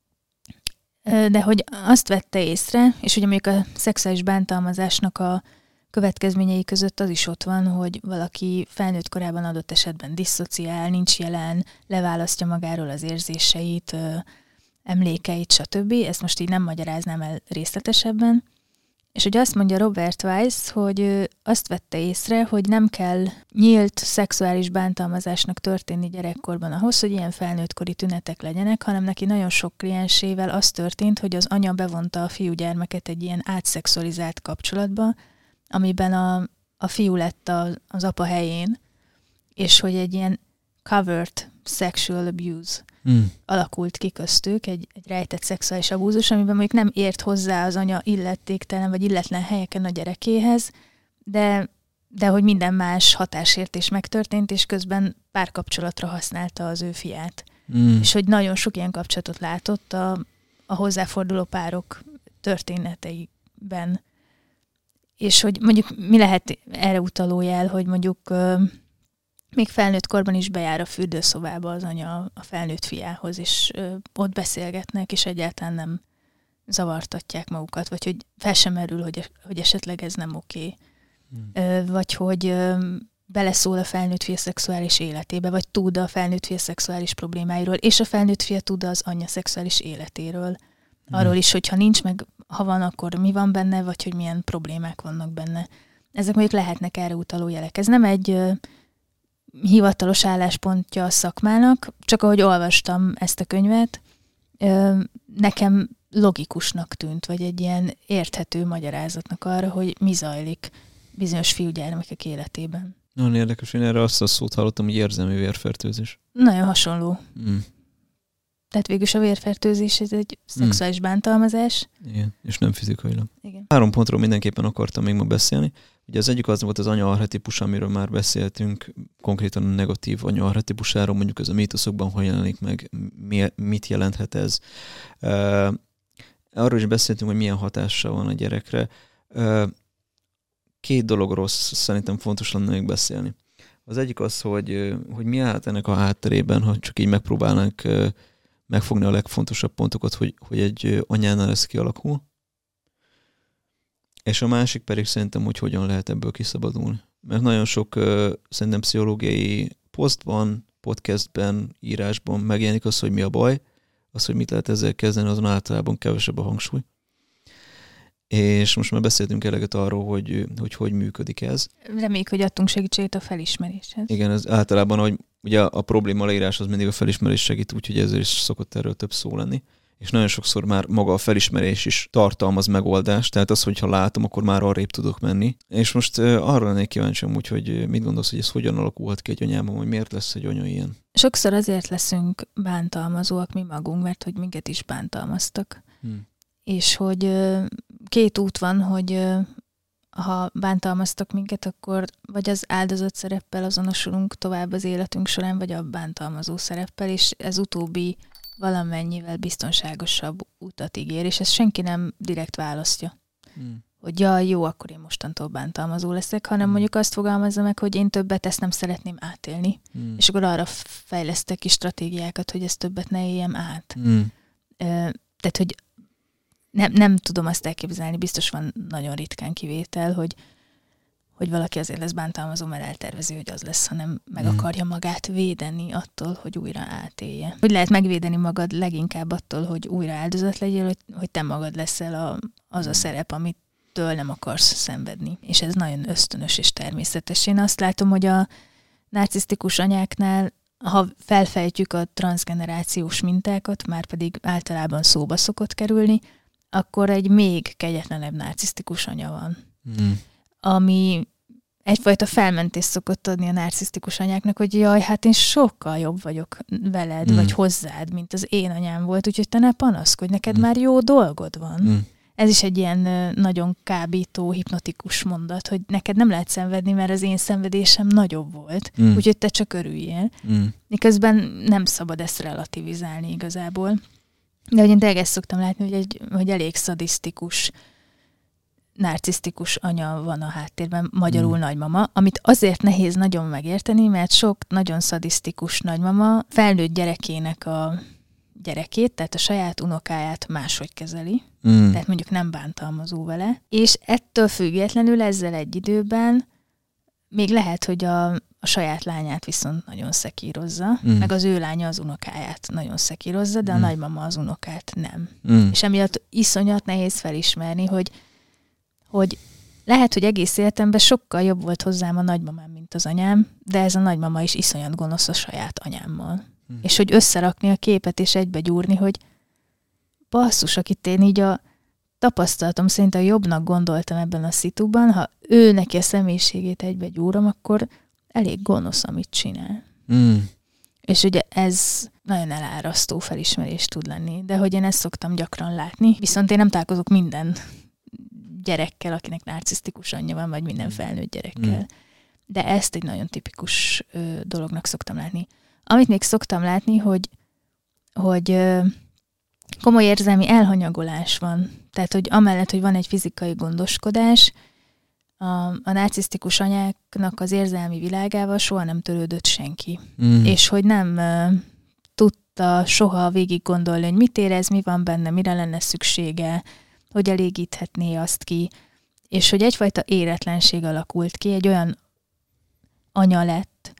De hogy azt vette észre, és ugye mondjuk a szexuális bántalmazásnak a következményei között az is ott van, hogy valaki felnőtt korában adott esetben disszociál, nincs jelen, leválasztja magáról az érzéseit, emlékeit, stb. Ezt most így nem magyaráznám el részletesebben. És hogy azt mondja Robert Weiss, hogy azt vette észre, hogy nem kell nyílt szexuális bántalmazásnak történni gyerekkorban ahhoz, hogy ilyen felnőttkori tünetek legyenek, hanem neki nagyon sok kliensével az történt, hogy az anya bevonta a fiúgyermeket egy ilyen átszexualizált kapcsolatba, amiben a fiú lett az apa helyén, és hogy egy ilyen covered sexual abuse alakult ki köztük, egy rejtett szexuális abúzus, amiben mondjuk nem ért hozzá az anya illettéktelen vagy illetlen helyeken a gyerekéhez, de hogy minden más hatásértés megtörtént, és közben párkapcsolatra használta az ő fiát. És hogy nagyon sok ilyen kapcsolatot látott a hozzáforduló párok történeteiben. És hogy mondjuk mi lehet erre utaló jel, hogy mondjuk még felnőtt korban is bejár a fürdőszobába az anya a felnőtt fiához, és ott beszélgetnek, és egyáltalán nem zavartatják magukat, vagy hogy fel sem merül, hogy esetleg ez nem oké. Vagy hogy beleszól a felnőtt fia szexuális életébe, vagy tud a felnőtt fia szexuális problémáiról, és a felnőtt fia tud az anyja szexuális életéről. Arról is, hogyha nincs, meg ha van, akkor mi van benne, vagy hogy milyen problémák vannak benne. Ezek mondjuk lehetnek erre utaló jelek. Ez nem egy hivatalos álláspontja a szakmának, csak ahogy olvastam ezt a könyvet, nekem logikusnak tűnt, vagy egy ilyen érthető magyarázatnak arra, hogy mi zajlik bizonyos fiúgyermekek életében. Nagyon érdekes, én erre azt a szót hallottam, hogy érzelmi vérfertőzés. Nagyon hasonló. Tehát végülis a vérfertőzés, ez egy szexuális bántalmazás. Igen, és nem fizikailag. Igen. 3 pontról mindenképpen akartam még ma beszélni. Ugye az egyik az volt az anya-arhetipus, amiről már beszéltünk, konkrétan a negatív anya-arhetipusáról, mondjuk ez a mítoszokban hogy jelenik meg, mit jelenthet ez. Arról is beszéltünk, hogy milyen hatással van a gyerekre. 2 dologról szerintem fontos lenne még beszélni. Az egyik az, hogy mi állt ennek a hátterében, ha csak így megpróbálnánk megfogni a legfontosabb pontokat, hogy egy anyánál ez kialakul. És a másik pedig szerintem, hogy hogyan lehet ebből kiszabadulni. Mert nagyon sok szerintem pszichológiai posztban, podcastben, írásban megjelenik az, hogy mi a baj, az, hogy mit lehet ezzel kezdeni, azon általában kevesebb a hangsúly. És most már beszéltünk eleget arról, hogy működik ez. Reméljük, hogy adtunk segítséget a felismeréshez. Igen, ez általában, hogy ugye a probléma leírás az mindig a felismerés segít, úgyhogy ezért is szokott erről több szó lenni. És nagyon sokszor már maga a felismerés is tartalmaz megoldást, tehát az, hogyha látom, akkor már arrébb tudok menni. És most arra lennék kíváncsi amúgy, hogy mit gondolsz, hogy ez hogyan alakulhat ki egy anyában, hogy miért lesz egy anya ilyen? Sokszor azért leszünk bántalmazóak mi magunk, mert hogy minket is bántalmaztak. És hogy 2 út van, hogy ha bántalmaztak minket, akkor vagy az áldozat szereppel azonosulunk tovább az életünk során, vagy a bántalmazó szereppel, és ez utóbbi valamennyivel biztonságosabb utat ígér, és ezt senki nem direkt választja. Hogy jó, akkor én mostantól bántalmazó leszek, hanem mondjuk azt fogalmazza meg, hogy én többet ezt nem szeretném átélni. És akkor arra fejlesztek ki stratégiákat, hogy ezt többet ne éljem át. Tehát, hogy nem tudom azt elképzelni, biztos van nagyon ritkán kivétel, hogy valaki azért lesz bántalmazó, mert eltervezi, hogy az lesz, hanem meg akarja magát védeni attól, hogy újra átélje. Hogy lehet megvédeni magad leginkább attól, hogy újra áldozat legyél, hogy te magad leszel az a szerep, amitől nem akarsz szenvedni. És ez nagyon ösztönös és természetes. Én azt látom, hogy a narcisztikus anyáknál, ha felfejtjük a transzgenerációs mintákat, már pedig általában szóba szokott kerülni, akkor egy még kegyetlenebb narcisztikus anya van. Ami egyfajta felmentést szokott adni a narcisztikus anyáknak, hogy jaj, hát én sokkal jobb vagyok veled, vagy hozzád, mint az én anyám volt, úgyhogy te ne panaszkodj, neked már jó dolgod van. Ez is egy ilyen nagyon kábító, hipnotikus mondat, hogy neked nem lehet szenvedni, mert az én szenvedésem nagyobb volt, úgyhogy te csak örüljél. Miközben nem szabad ezt relativizálni igazából. De hogy én tényleg ezt szoktam látni, hogy elég szadisztikus, narcisztikus anya van a háttérben, magyarul nagymama, amit azért nehéz nagyon megérteni, mert sok nagyon szadisztikus nagymama felnőtt gyerekének a gyerekét, tehát a saját unokáját máshogy kezeli, tehát mondjuk nem bántalmazó vele, és ettől függetlenül ezzel egy időben még lehet, hogy a saját lányát viszont nagyon szekírozza, meg az ő lánya az unokáját nagyon szekírozza, de a nagymama az unokát nem. És emiatt iszonyat nehéz felismerni, hogy lehet, hogy egész életemben sokkal jobb volt hozzám a nagymamám, mint az anyám, de ez a nagymama is iszonyat gonosz a saját anyámmal. És hogy összerakni a képet és egybegyúrni, hogy basszus, akit én így a tapasztalatom szerint a jobbnak gondoltam ebben a szituban, ha ő neki a személyiségét egybegyúrom, akkor elég gonosz, amit csinál. És ugye ez nagyon elárasztó felismerés tud lenni, de hogy én ezt szoktam gyakran látni, viszont én nem találkozok minden gyerekkel, akinek narcisztikus anyja van, vagy minden felnőtt gyerekkel. De ezt egy nagyon tipikus dolognak szoktam látni. Amit még szoktam látni, hogy komoly érzelmi elhanyagolás van. Tehát, hogy amellett, hogy van egy fizikai gondoskodás, a narcisztikus anyáknak az érzelmi világával soha nem törődött senki. És hogy nem tudta soha végig gondolni, hogy mit érez, mi van benne, mire lenne szüksége, hogy elégíthetné azt ki, és hogy egyfajta éretlenség alakult ki, egy olyan anya lett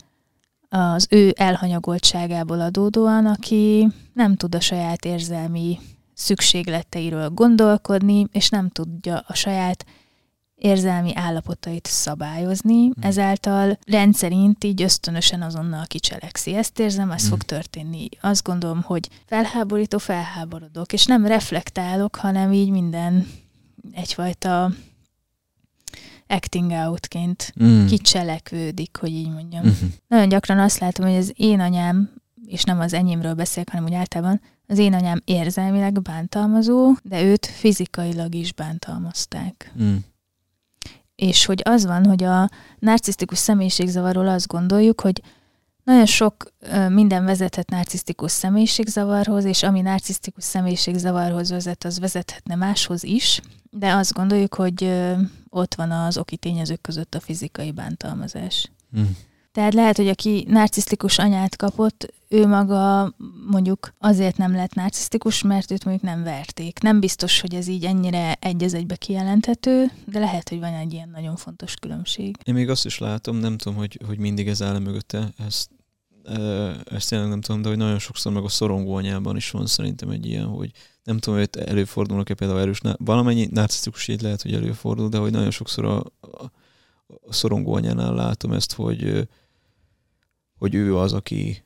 az ő elhanyagoltságából adódóan, aki nem tud a saját érzelmi szükségleteiről gondolkodni, és nem tudja a saját érzelmi állapotait szabályozni, ezáltal rendszerint így ösztönösen azonnal kicselekszi. Ezt érzem, ez fog történni. Azt gondolom, hogy felháborodok, és nem reflektálok, hanem így minden egyfajta acting outként kicselekvődik, hogy így mondjam. Nagyon gyakran azt látom, hogy az én anyám, és nem az enyémről beszélek, hanem úgy általában, az én anyám érzelmileg bántalmazó, de őt fizikailag is bántalmazták. És hogy az van, hogy a narcisztikus személyiségzavarról azt gondoljuk, hogy nagyon sok minden vezethet narcisztikus személyiségzavarhoz, és ami narcisztikus személyiségzavarhoz vezet, az vezethetne máshoz is, de azt gondoljuk, hogy ott van az oki tényezők között a fizikai bántalmazás. Tehát lehet, hogy aki narcisztikus anyát kapott, ő maga mondjuk azért nem lett narcisztikus, mert őt mondjuk nem verték. Nem biztos, hogy ez így ennyire egy az egybe kijelenthető, de lehet, hogy van egy ilyen nagyon fontos különbség. Én még azt is látom, nem tudom, hogy mindig ez áll mögötte, ezt tényleg nem tudom, de hogy nagyon sokszor meg a szorongó anyában is van szerintem egy ilyen, hogy nem tudom, hogy előfordulnak-e például erős, valamennyi narcisztikus így lehet, hogy előfordul, de hogy nagyon sokszor a szorongó anyánál látom ezt, hogy ő az, aki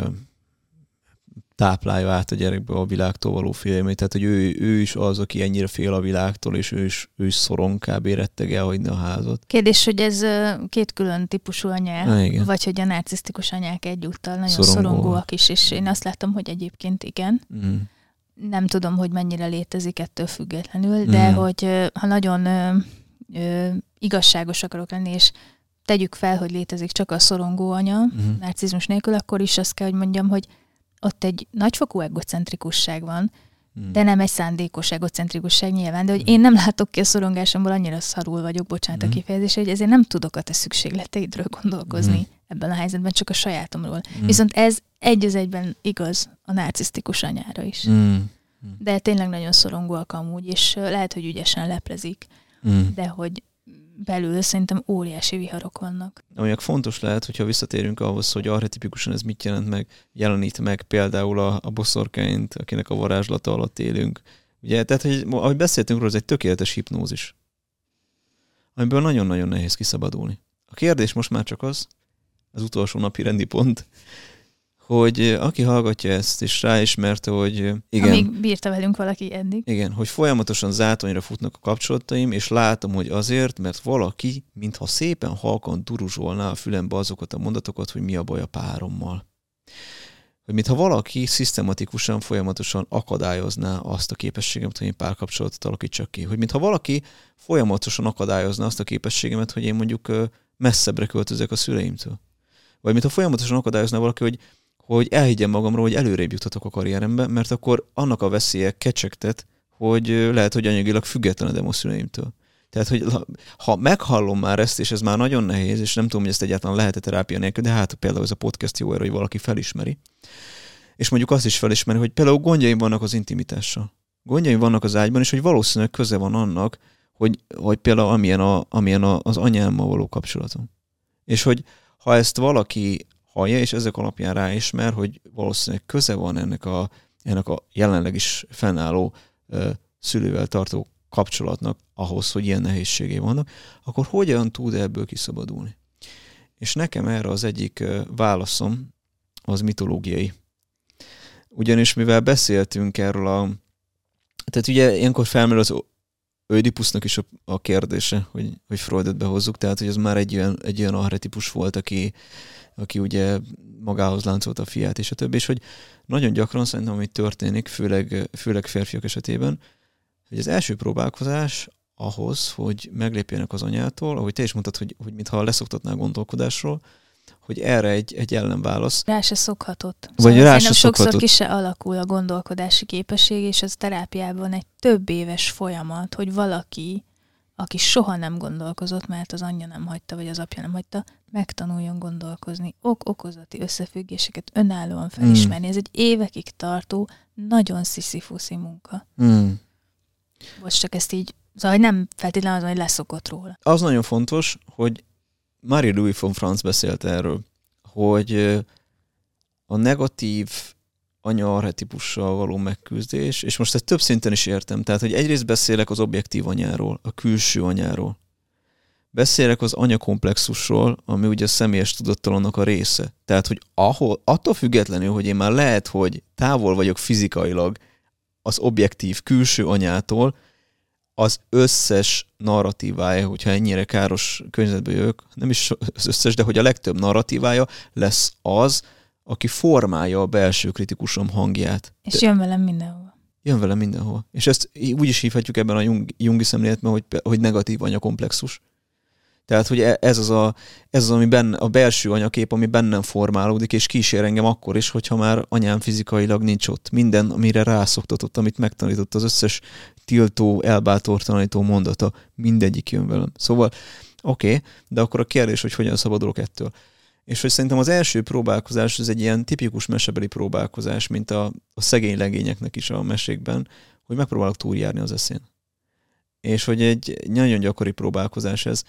táplálja át a gyerekbe a világtól való félelmét. Tehát, hogy ő is az, aki ennyire fél a világtól, és ő is szorong, kb. Retteg elhagyni a házat. Kérdés, hogy ez két külön típusú anya, vagy hogy a narcisztikus anyák egyúttal nagyon szorongóak is, és én azt látom, hogy egyébként igen. Nem tudom, hogy mennyire létezik ettől függetlenül, de hogy ha nagyon igazságos akarok lenni, és tegyük fel, hogy létezik csak a szorongó anya, narcizmus nélkül, akkor is azt kell, hogy mondjam, hogy ott egy nagyfokú egocentrikusság van, de nem egy szándékos egocentrikusság nyilván, de hogy én nem látok ki a szorongásomból, annyira szarul vagyok, bocsánat a kifejezésre, hogy ezért nem tudok a te szükségleteidről gondolkozni ebben a helyzetben, csak a sajátomról. Viszont ez egy az egyben igaz a narcisztikus anyára is. De tényleg nagyon szorongóak amúgy, és lehet, hogy ügyesen leplezik, de hogy belül szerintem óriási viharok vannak. Amelyek fontos lehet, hogyha visszatérünk ahhoz, hogy archetipikusan ez mit jelenít meg például a boszorkányt, akinek a varázslata alatt élünk. Ugye, tehát, hogy ahogy beszéltünk róla, ez egy tökéletes hipnózis, amiből nagyon-nagyon nehéz kiszabadulni. A kérdés most már csak az utolsó napi rendi pont, hogy aki hallgatja ezt, és ráismerte, hogy igen. Amíg bírta velünk valaki eddig. Igen, hogy folyamatosan zátonyra futnak a kapcsolataim, és látom, hogy azért, mert valaki, mintha szépen halkan duruzsolná a fülembe azokat a mondatokat, hogy mi a baj a párommal. Hogy mintha valaki szisztematikusan, folyamatosan akadályozná azt a képességemet, hogy én párkapcsolatot alakítsak ki. Hogy mintha valaki folyamatosan akadályozná azt a képességemet, hogy én mondjuk messzebbre költözök a szüleimtől. Vagy mintha folyamatosan akadályozná valaki, hogy elhiggyem magamról, hogy előrébb juthatok a karrierembe, mert akkor annak a veszélye kecsegtet, hogy lehet, hogy anyagilag függetlenedem a szüleimtől. Tehát, hogy ha meghallom már ezt, és ez már nagyon nehéz, és nem tudom, hogy ezt egyáltalán lehet-e terápia nélkül, de hát például ez a podcast jó erre, hogy valaki felismeri. És mondjuk azt is felismeri, hogy például gondjaim vannak az intimitással. Gondjaim vannak az ágyban, és hogy valószínűleg köze van annak, hogy például amilyen az anyámmal való kapcsolatom. És hogy ha ezt valaki hallja, és ezek alapján ráismer, hogy valószínűleg köze van ennek a jelenleg is fennálló szülővel tartó kapcsolatnak ahhoz, hogy ilyen nehézségei vannak, akkor hogyan tud ebből kiszabadulni? És nekem erre az egyik válaszom az mitológiai. Ugyanis mivel beszéltünk erről tehát ugye ilyenkor felmerül az Ödipusznak is a kérdése, hogy Freudot behozzuk, tehát hogy ez már egy olyan archetípus volt, aki ugye magához láncolta a fiát, és a többi, és hogy nagyon gyakran szerintem, ami történik, főleg férfiak esetében, hogy az első próbálkozás ahhoz, hogy meglépjenek az anyától, ahogy te is mondtad, hogy mintha leszoktatnál gondolkodásról, hogy erre egy ellenválasz. Rá se szokhatott. Vagy szóval rá se szokhatott. Sokszor ki se alakul a gondolkodási képesség, és ez terápiában egy több éves folyamat, hogy valaki, aki soha nem gondolkozott, mert az anyja nem hagyta, vagy az apja nem hagyta, megtanuljon gondolkozni, okozati összefüggéseket önállóan felismerni. Ez egy évekig tartó, nagyon sziszifuszi munka. Most csak ezt így, szóval nem feltétlenül az, hogy leszokott róla. Az nagyon fontos, hogy Marie-Louise von Franz beszélt erről, hogy a negatív anya-archetípussal való megküzdés, és most ezt több szinten is értem. Tehát, hogy egyrészt beszélek az objektív anyáról, a külső anyáról. Beszélek az anyakomplexusról, ami ugye a személyes tudattalannak a része. Tehát, hogy attól függetlenül, hogy én már lehet, hogy távol vagyok fizikailag az objektív külső anyától, az összes narratívája, hogyha ennyire káros környezetből jövök, nem is az összes, de hogy a legtöbb narratívája lesz az, aki formálja a belső kritikusom hangját. És jön velem mindenhova. Jön velem mindenhova. És ezt úgy is hívhatjuk ebben a jungi szemléletben, hogy negatív anyakomplexus. Tehát, hogy ez az, ami a belső anyakép, ami bennem formálódik, és kísér engem akkor is, hogyha már anyám fizikailag nincs ott. Minden, amire rászoktatott, amit megtanított, az összes tiltó, elbátortalanító mondata, mindegyik jön velem. Szóval, oké, de akkor a kérdés, hogy hogyan szabadulok ettől. És hogy szerintem az első próbálkozás, ez egy ilyen tipikus mesebeli próbálkozás, mint a szegény legényeknek is a mesékben, hogy megpróbálok túljárni az eszén. És hogy egy nagyon gyakori próbálkozás ez.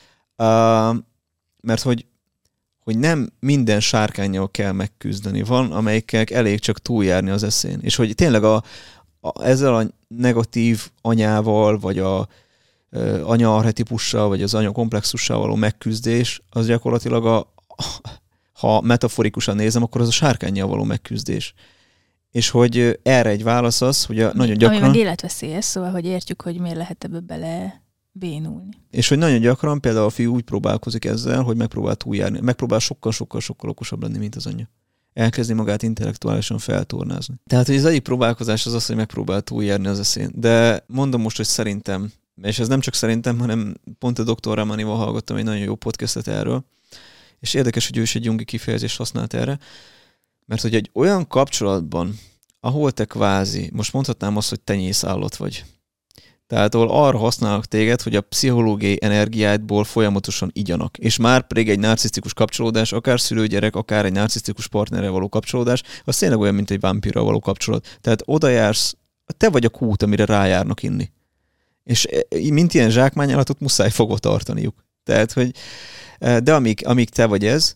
Mert hogy nem minden sárkánnyal kell megküzdeni. Van, amelyikkel elég csak túljárni az eszén. És hogy tényleg ezzel a negatív anyával, vagy a anya-archetípussal, vagy az anya-komplexussal való megküzdés, az gyakorlatilag ha metaforikusan nézem, akkor az a sárkánnyal való megküzdés. És hogy erre egy válasz az, hogy nagyon gyakran... Ami meg életveszélyes, szóval, hogy értjük, hogy miért lehet ebbe bele bénulni. És hogy nagyon gyakran például a fiú úgy próbálkozik ezzel, hogy megpróbál túljárni, megpróbál sokkal-sokkal okosabb lenni, mint az anyja. Elkezdi magát intellektuálisan feltornázni. Tehát, hogy az egyik próbálkozás az, hogy megpróbál túljárni az eszén. De mondom most, hogy szerintem, és ez nem csak szerintem, hanem pont a Dr. Ramanival hallgattam egy nagyon jó podcastet erről, és érdekes, hogy ő is egy jungi kifejezést használt erre, mert hogy egy olyan kapcsolatban, ahol te kvázi, most mondhatnám azt, hogy tenyészállat vagy. Tehát ahol arra használnak téged, hogy a pszichológiai energiádból folyamatosan igyanak. És már pedig egy narcisztikus kapcsolódás, akár szülő-gyerek, akár egy narcisztikus partnerrel való kapcsolódás, az tényleg olyan, mint egy vámpírral való kapcsolat. Tehát oda jársz, te vagy a kút, amire rájárnak inni. És mint ilyen zsákmányolatot muszáj fogva tartaniuk. Tehát, hogy de amíg te vagy ez,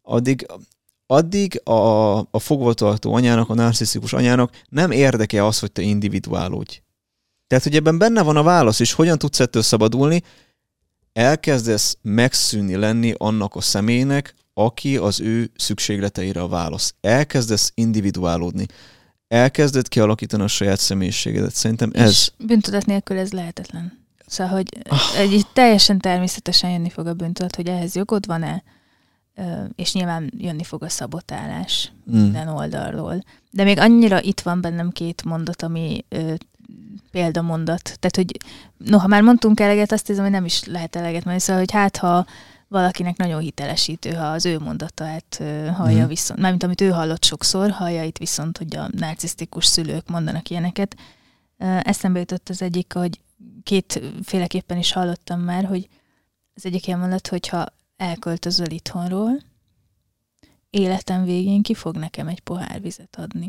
addig a fogvatartó anyának, a narcisztikus anyának nem érdeke az, hogy te individuálódj. Tehát, hogy ebben benne van a válasz is, hogyan tudsz ettől szabadulni, elkezdesz megszűnni lenni annak a személynek, aki az ő szükségleteire a válasz. Elkezdesz individuálódni. Elkezded kialakítani a saját személyiségedet. Szerintem ez... És bűntudat nélkül ez lehetetlen. Szóval, hogy teljesen természetesen jönni fog a bűntudat, hogy ehhez jogod van-e, és nyilván jönni fog a szabotálás minden oldalról. De még annyira itt van bennem két mondat, ami példamondat. Tehát, hogy noha már mondtunk eleget, azt hiszem, hogy nem is lehet eleget mondani. Szóval, hogy hát, ha valakinek nagyon hitelesítő, ha az ő mondatát hallja viszont, mármint amit ő hallott sokszor, hallja itt viszont, hogy a narcisztikus szülők mondanak ilyeneket. Eszembe jutott az egyik, hogy kétféleképpen is hallottam már, hogy az egyik ilyen mondat, hogyha elköltözöl itthonról, életem végén ki fog nekem egy pohár vizet adni.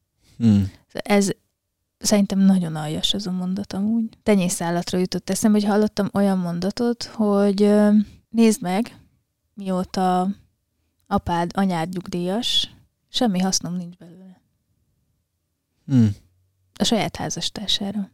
Ez szerintem nagyon aljas az a mondat amúgy. Tenyészállatra jutott eszembe, hogy hallottam olyan mondatot, hogy nézd meg, mióta anyád nyugdíjas, semmi hasznom nincs belőle. A saját házastársára.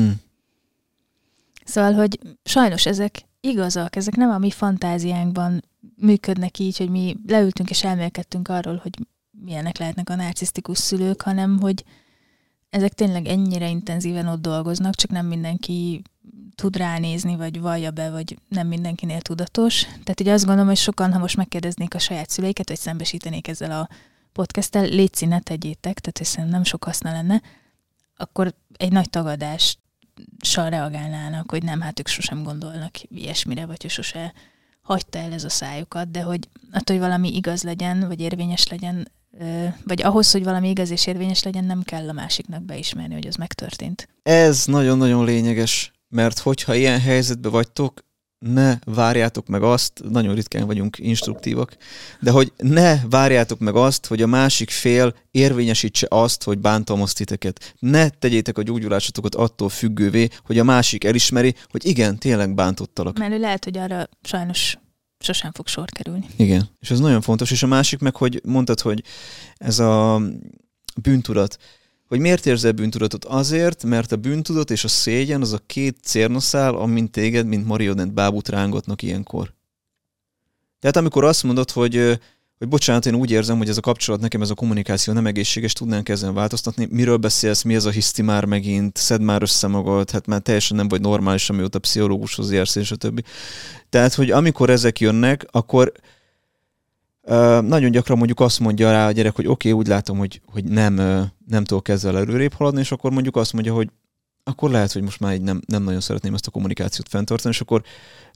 Szóval, hogy sajnos ezek igazak, ezek nem a mi fantáziánkban működnek így, hogy mi leültünk és elmélkedtünk arról, hogy milyenek lehetnek a narcisztikus szülők, hanem hogy ezek tényleg ennyire intenzíven ott dolgoznak, csak nem mindenki tud ránézni, vagy vallja be, vagy nem mindenkinél tudatos. Tehát ugye azt gondolom, hogy sokan, ha most megkérdeznék a saját szüleiket, vagy szembesítenék ezzel a podcasttel, létszi, ne tegyétek, tehát hiszen nem sok haszna lenne, akkor egy nagy tagadással reagálnának, hogy nem, hát ők sosem gondolnak ilyesmire, vagy hogy sose hagyta el ez a szájukat, de hogy attól, hogy valami igaz legyen, vagy érvényes legyen, vagy ahhoz, hogy valami igaz és érvényes legyen, nem kell a másiknak beismerni, hogy az megtörtént. Ez nagyon-nagyon lényeges, mert hogyha ilyen helyzetben vagytok, ne várjátok meg azt, nagyon ritkán vagyunk instruktívak, de hogy ne várjátok meg azt, hogy a másik fél érvényesítse azt, hogy bántalmaz titeket. Ne tegyétek a gyógyulásotokat attól függővé, hogy a másik elismeri, hogy igen, tényleg bántottalak. Mert lehet, hogy arra sajnos sosem fog sor kerülni. Igen, és ez nagyon fontos. És a másik meg, hogy mondtad, hogy ez Bűntudat. Hogy miért érzel bűntudatot? Azért, mert a bűntudat és a szégyen az a két cérnaszál, amint téged, mint marionett bábút rángatnak ilyenkor. Tehát amikor azt mondod, hogy bocsánat, én úgy érzem, hogy ez a kapcsolat nekem, ez a kommunikáció nem egészséges, tudnánk ezen változtatni. Miről beszélsz, mi ez a hiszti már megint, szedd már össze magad, hát már teljesen nem vagy normális, amióta pszichológushoz jársz, és a többi. Tehát, hogy amikor ezek jönnek, akkor nagyon gyakran mondjuk azt mondja rá a gyerek, hogy oké, úgy látom, hogy nem tudok ezzel előrébb haladni, és akkor mondjuk azt mondja, hogy akkor lehet, hogy most már így nem nagyon szeretném ezt a kommunikációt fenntartani, és akkor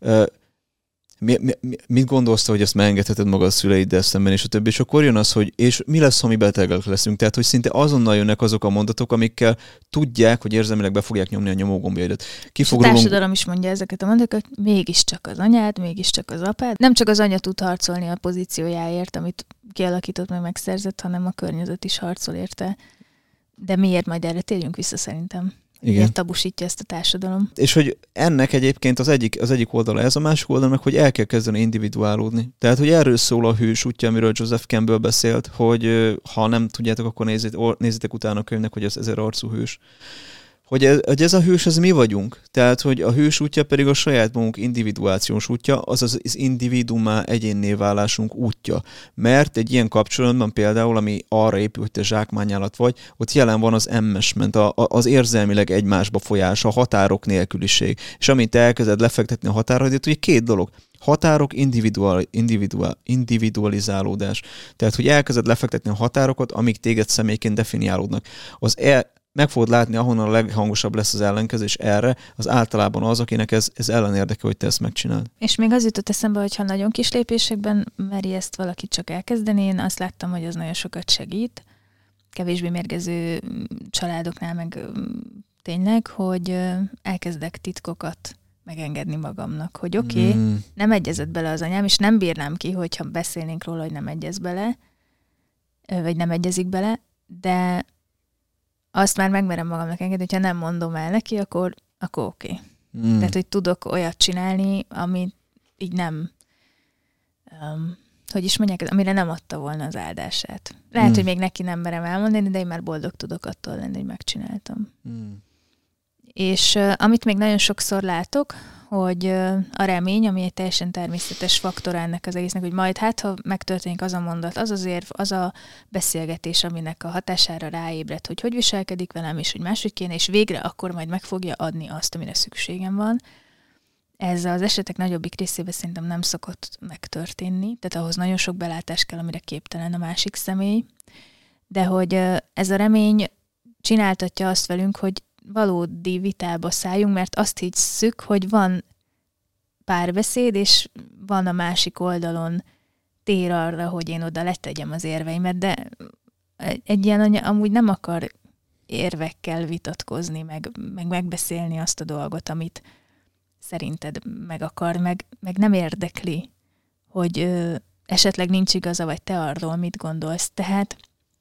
mit gondolsz, hogy ezt megengedheted magad a szüleiddel szemben, és a többi, és akkor jön az, hogy és mi lesz, ha mi betegek leszünk. Tehát, hogy szinte azonnal jönnek azok a mondatok, amikkel tudják, hogy érzelmileg be fogják nyomni a nyomógombjaidat. A társadalom is mondja ezeket a mondatokat, mégiscsak az anyád, mégiscsak az apád. Nem csak az anya tud harcolni a pozíciójáért, amit kialakított, meg megszerzett, hanem a környezet is harcol érte. De miért, majd erre térjünk vissza szerintem. Igen. Miért tabusítja ezt a társadalom? És hogy ennek egyébként az egyik oldala ez, a másik oldala meg, hogy el kell kezdeni individuálódni. Tehát, hogy erről szól a Hős útja, amiről Joseph Campbell beszélt, hogy ha nem tudjátok, akkor nézzétek utána a könyvnek, hogy az 1000 arcú hős. Hogy ez a hős, ez mi vagyunk. Tehát, hogy a Hős útja pedig a saját magunk individuációs útja, azaz az individuumá egyénné válásunk útja. Mert egy ilyen kapcsolatban például, ami arra épül, hogy te zsákmányállat vagy, ott jelen van az emmesment, az érzelmileg egymásba folyás, a határok nélküliség. És amint te elkezded lefektetni a határaidat, ugye két dolog. Határok, individualizálódás. Tehát, hogy elkezded lefektetni a határokat, amíg téged személyként definiálódnak. Meg fogod látni, ahonnan a leghangosabb lesz az ellenkezés erre, az általában az, akinek ez ellenérdeke, hogy te ezt megcsináld. És még az jutott eszembe, hogy ha nagyon kis lépésekben meri ezt valaki csak elkezdeni, én azt láttam, hogy az nagyon sokat segít, kevésbé mérgező családoknál meg tényleg, hogy elkezdek titkokat megengedni magamnak, hogy oké, nem egyezett bele az anyám, és nem bírnám ki, hogyha beszélnénk róla, hogy nem egyez bele, vagy nem egyezik bele, de azt már megmerem magamnak engedni, hogyha nem mondom el neki, akkor oké. Tehát, hogy tudok olyat csinálni, ami így nem, hogy is mondják, amire nem adta volna az áldását. Lehet, hogy még neki nem merem elmondani, de én már boldog tudok attól lenni, hogy megcsináltam. És amit még nagyon sokszor látok, hogy a remény, ami egy teljesen természetes faktor ennek az egésznek, hogy majd ha megtörténik az a mondat, az az érv, az a beszélgetés, aminek a hatására ráébred, hogy viselkedik velem, és hogy máshogy kéne, és végre akkor majd meg fogja adni azt, amire szükségem van. Ez az esetek nagyobbik részében szerintem nem szokott megtörténni, tehát ahhoz nagyon sok belátás kell, amire képtelen a másik személy, de hogy ez a remény csináltatja azt velünk, hogy valódi vitába szálljunk, mert azt hisszük, hogy van párbeszéd, és van a másik oldalon tér arra, hogy én oda letegyem az érveimet, de egy ilyen anya amúgy nem akar érvekkel vitatkozni, meg megbeszélni azt a dolgot, amit szerinted meg akar, meg nem érdekli, hogy esetleg nincs igaza, vagy te arról mit gondolsz. Tehát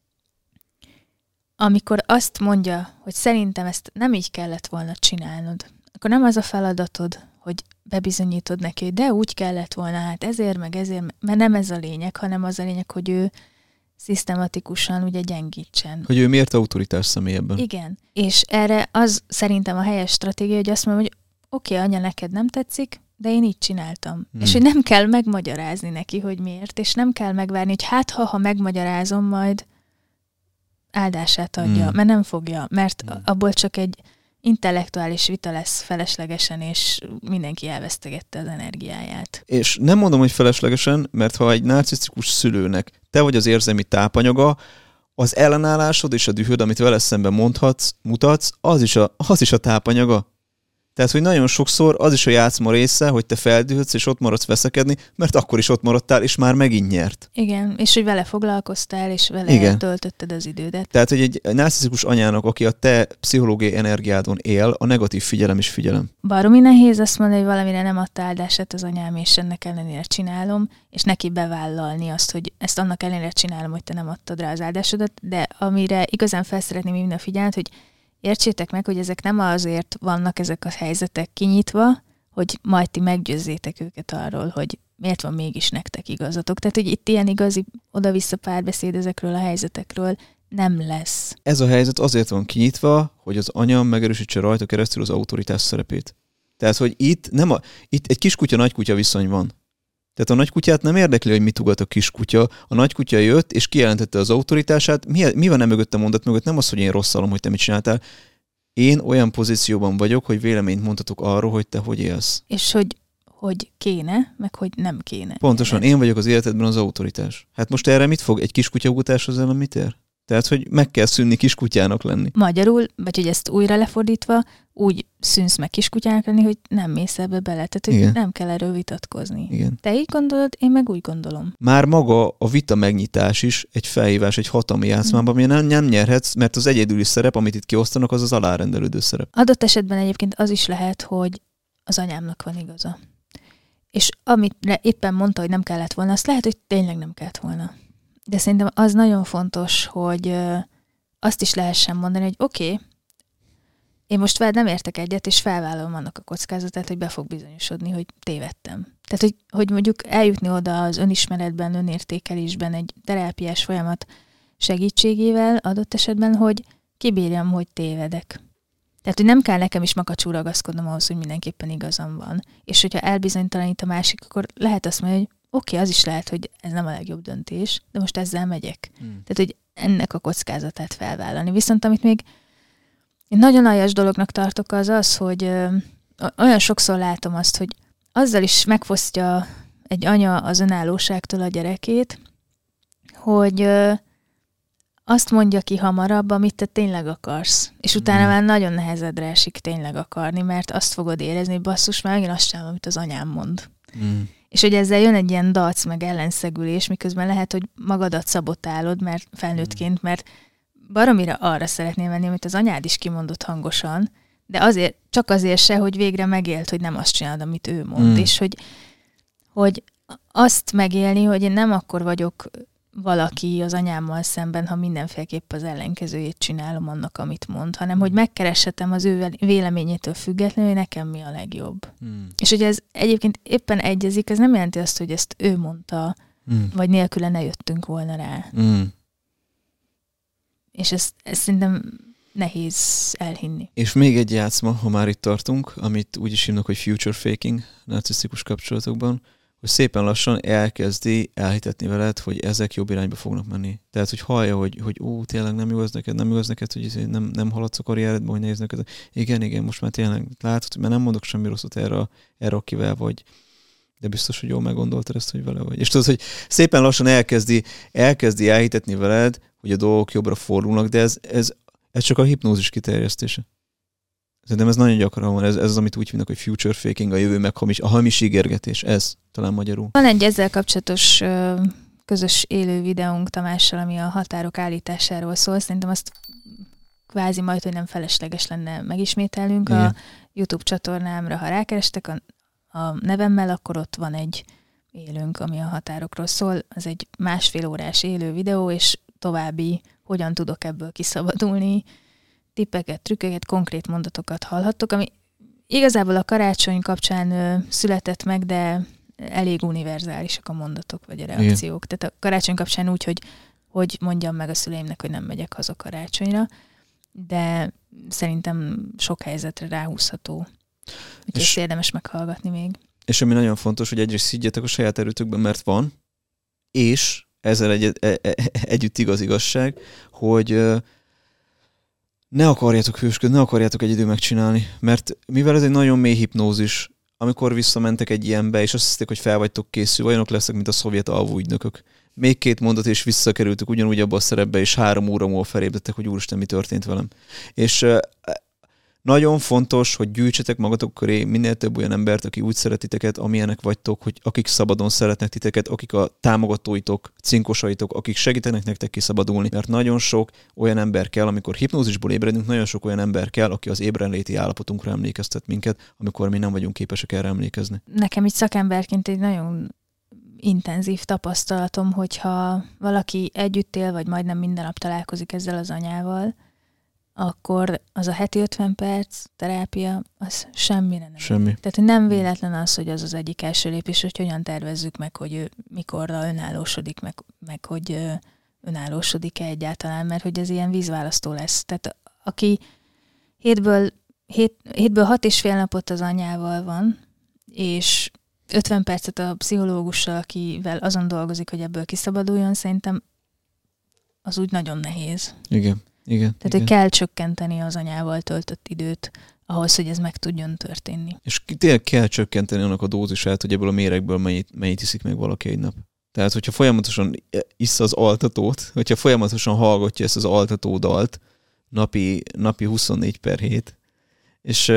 amikor azt mondja, hogy szerintem ezt nem így kellett volna csinálnod, akkor nem az a feladatod, hogy bebizonyítod neki, hogy de úgy kellett volna, hát ezért, mert nem ez a lényeg, hanem az a lényeg, hogy ő szisztematikusan ugye gyengítsen. Hogy ő miért autoritás személy ebben? Igen. És erre az szerintem a helyes stratégia, hogy azt mondom, hogy oké, anya, neked nem tetszik, de én így csináltam. És hogy nem kell megmagyarázni neki, hogy miért, és nem kell megvárni, hogy ha megmagyarázom, majd áldását adja, mert nem fogja, mert abból csak egy intellektuális vita lesz feleslegesen, és mindenki elvesztegette az energiáját. És nem mondom, hogy feleslegesen, mert ha egy narcisztikus szülőnek te vagy az érzelmi tápanyaga, az ellenállásod és a dühöd, amit vele szemben mutatsz, az is a tápanyaga. Tehát, hogy nagyon sokszor az is a játszma része, hogy te feldühödsz, és ott maradsz veszekedni, mert akkor is ott maradtál, és már megint nyert. Igen, és hogy vele foglalkoztál, és vele töltötted az idődet. Tehát, hogy egy narcisztikus anyának, aki a te pszichológiai energiádon él, a negatív figyelem is figyelem. Baromi nehéz azt mondani, hogy valamire nem adta áldását az anyám, és ennek ellenére csinálom, és neki bevállalni azt, hogy ezt annak ellenére csinálom, hogy te nem adtad rá az áldásodat, de amire igazán fel szeretném hívni a figyelmet, hogy értsétek meg, hogy ezek nem azért vannak ezek a helyzetek kinyitva, hogy majd ti meggyőzzétek őket arról, hogy miért van mégis nektek igazatok. Tehát, hogy itt ilyen igazi oda-vissza párbeszéd ezekről a helyzetekről nem lesz. Ez a helyzet azért van kinyitva, hogy az anya megerősítse rajta keresztül az autoritás szerepét. Tehát, hogy itt egy kiskutya-nagykutya viszony van. Tehát a nagykutyát nem érdekli, hogy mit ugat a kiskutya. A nagykutya jött, és kijelentette az autoritását. Mi van mögött a mondat mögött? Nem az, hogy én rosszalom, hogy te mit csináltál. Én olyan pozícióban vagyok, hogy véleményt mondhatok arról, hogy te hogy élsz. És hogy kéne, meg hogy nem kéne. Pontosan, én vagyok az életedben az autoritás. Hát most erre mit fog? Egy kiskutyaugutás az ellen mit ér? Tehát, hogy meg kell szűnni kiskutyának lenni. Magyarul, vagy hogy ezt újra lefordítva, úgy szűnsz meg kiskutyának lenni, hogy nem mész ebbe bele. Tehát, hogy igen. Nem kell erről vitatkozni. Igen. Te így gondolod, én meg úgy gondolom. Már maga a vita megnyitás is egy felhívás, egy hatalmi játszmában, ami nem nyerhetsz, mert az egyedüli szerep, amit itt kiosztanak, az az alárendelődő szerep. Adott esetben egyébként az is lehet, hogy az anyámnak van igaza. És amit éppen mondta, hogy nem kellett volna, azt lehet, hogy tényleg nem kellett volna. De szerintem az nagyon fontos, hogy azt is lehessen mondani, hogy oké, én most veled nem értek egyet, és felvállalom annak a kockázatát, hogy be fog bizonyosodni, hogy tévedtem. Tehát, hogy mondjuk eljutni oda az önismeretben, önértékelésben egy terápiás folyamat segítségével adott esetben, hogy kibírjam, hogy tévedek. Tehát, hogy nem kell nekem is makacsul ragaszkodnom ahhoz, hogy mindenképpen igazam van. És hogyha elbizonytalanít a másik, akkor lehet azt mondani, hogy oké, az is lehet, hogy ez nem a legjobb döntés, de most ezzel megyek. Tehát, hogy ennek a kockázatát felvállalni. Viszont amit még én nagyon aljas dolognak tartok az, hogy olyan sokszor látom azt, hogy azzal is megfosztja egy anya az önállóságtól a gyerekét, hogy azt mondja ki hamarabb, amit te tényleg akarsz. És utána már nagyon nehezedre esik tényleg akarni, mert azt fogod érezni, hogy basszus, már megint azt csinálom, amit az anyám mond. És hogy ezzel jön egy ilyen dac, meg ellenszegülés, miközben lehet, hogy magadat szabotálod, mert felnőttként, mert baromira arra szeretnél menni, amit az anyád is kimondott hangosan, de azért, csak azért se, hogy végre megélt, hogy nem azt csinálod, amit ő mond. És hogy azt megélni, hogy én nem akkor vagyok valaki az anyámmal szemben, ha mindenféleképp az ellenkezőjét csinálom annak, amit mond, hanem hogy megkereshetem az ő véleményétől függetlenül, hogy nekem mi a legjobb. És hogy ez egyébként éppen egyezik, ez nem jelenti azt, hogy ezt ő mondta, vagy nélküle ne jöttünk volna rá. És ezt szerintem nehéz elhinni. És még egy játszma, ha már itt tartunk, amit úgy is hívnak, hogy future faking narcisztikus kapcsolatokban, hogy szépen lassan elkezdi elhitetni veled, hogy ezek jobb irányba fognak menni. Tehát, hogy hallja, hogy tényleg nem igaz neked, hogy nem haladsz a karrieredben, hogy nehéz neked. Igen, most már tényleg látod, mert nem mondok semmi rosszat erre, akivel vagy. De biztos, hogy jól meggondoltad ezt, hogy vele vagy. És tudod, hogy szépen lassan elkezdi elhitetni veled, hogy a dolgok jobbra fordulnak, de ez csak a hipnózis kiterjesztése. Szerintem ez nagyon gyakran van, ez az, amit úgy hívnak, hogy future faking, a jövő meg a hamis ígérgetés, ez talán magyarul. Van egy ezzel kapcsolatos közös élő videónk Tamással, ami a határok állításáról szól. Szerintem azt kvázi majd, hogy nem felesleges lenne megismételnünk. Igen. A YouTube csatornámra, ha rákerestek a nevemmel, akkor ott van egy élőnk, ami a határokról szól. Az egy 1,5 órás élő videó, és további, hogyan tudok ebből kiszabadulni, tippeket, trükköket, konkrét mondatokat hallhattok, ami igazából a karácsony kapcsán született meg, de elég univerzálisak a mondatok, vagy a reakciók. Igen. Tehát a karácsony kapcsán úgy, hogy mondjam meg a szüleimnek, hogy nem megyek haza karácsonyra, de szerintem sok helyzetre ráhúzható. Úgyhogy ezt érdemes meghallgatni még. És ami nagyon fontos, hogy egyrészt higgyetek a saját erőtökben, mert van, és ezzel együtt igazság, hogy ne akarjátok hősködni, ne akarjátok egyedül megcsinálni, mert mivel ez egy nagyon mély hipnózis, amikor visszamentek egy ilyenbe, és azt hiszték, hogy fel vagytok készül, olyanok lesznek, mint a szovjet alvóügynökök. Még 2 mondat, és visszakerültük ugyanúgy abba a szerepbe, és 3 óra múlva felébredtek, hogy úristen, mi történt velem. És nagyon fontos, hogy gyűjtsetek magatok köré minél több olyan embert, aki úgy szeret titeket, amilyenek vagytok, hogy akik szabadon szeretnek titeket, akik a támogatóitok, cinkosaitok, akik segítenek nektek kiszabadulni. Mert nagyon sok olyan ember kell, amikor hipnózisból ébredünk, nagyon sok olyan ember kell, aki az ébrenléti állapotunkra emlékeztet minket, amikor mi nem vagyunk képesek erre emlékezni. Nekem így szakemberként egy nagyon intenzív tapasztalatom, hogyha valaki együtt él, vagy majdnem minden nap találkozik ezzel az anyával, akkor az a heti 50 perc terápia, az semmire nem. Semmi. Tehát nem véletlen az, hogy az egyik első lépés, hogy hogyan tervezzük meg, hogy ő mikorra önállósodik, meg hogy önállósodik-e egyáltalán, mert hogy ez ilyen vízválasztó lesz. Tehát aki hétből 6,5 napot az anyával van, és 50 percet a pszichológussal, akivel azon dolgozik, hogy ebből kiszabaduljon, szerintem az úgy nagyon nehéz. Igen. Tehát, hogy kell csökkenteni az anyával töltött időt ahhoz, hogy ez meg tudjon történni. És tényleg kell csökkenteni annak a dózisát, hogy ebből a méregből mennyit iszik meg valaki egy nap. Tehát, hogyha folyamatosan isz az altatót, hogyha folyamatosan hallgatja ezt az altató dalt, napi 24/7, és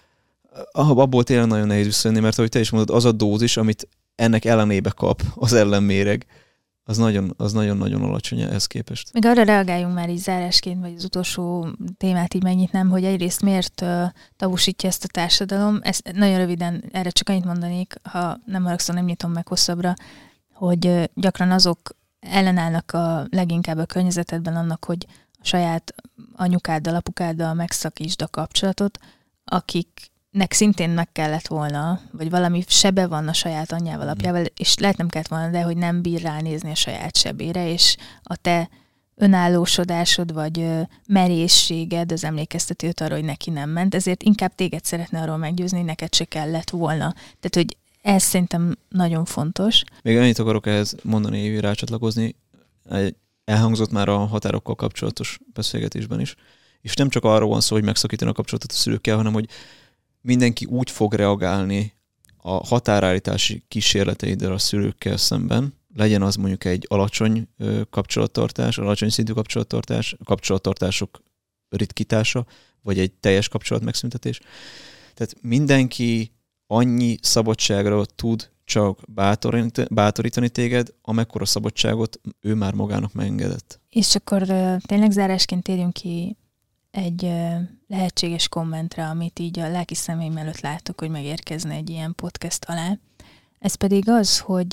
abból tényleg nagyon nehéz visszajönni, mert ahogy te is mondod, az a dózis, amit ennek ellenébe kap az ellenméreg, az nagyon-nagyon alacsony ehhez képest. Még arra reagáljunk már így zárásként, vagy az utolsó témát így megnyitnám, hogy egyrészt miért tabusítja ezt a társadalom. Ezt nagyon röviden erre csak annyit mondanék, ha nem haragszom, nem nyitom meg hosszabbra, hogy gyakran azok ellenállnak leginkább a környezetedben annak, hogy a saját anyukáddal, apukáddal megszakítsd a kapcsolatot, akiknek szintén meg kellett volna, vagy valami sebe van a saját anyjával, apjával, és lehet nem kellett volna, de hogy nem bír ránézni a saját sebére, és a te önállósodásod, vagy merészséged az emlékeztető arra, hogy neki nem ment, ezért inkább téged szeretne arról meggyőzni, hogy neked se kellett volna. Tehát, hogy ez szerintem nagyon fontos. Még annyit akarok ehhez mondani, Évi, rácsatlakozni. Elhangzott már a határokkal kapcsolatos beszélgetésben is. És nem csak arról van szó, hogy megszakítani a kapcsolatot a szülőkkel, hanem hogy mindenki úgy fog reagálni a határállítási kísérleteidre a szülőkkel szemben, legyen az mondjuk egy alacsony kapcsolattartás, alacsony szintű kapcsolattartások ritkítása, vagy egy teljes kapcsolat megszüntetés. Tehát mindenki annyi szabadságra tud csak bátorítani téged, amekkora szabadságot ő már magának megengedett. És akkor tényleg zárásként térjünk ki egy lehetséges kommentre, amit így a lelki szemeim előtt látok, hogy megérkezne egy ilyen podcast alá. Ez pedig az, hogy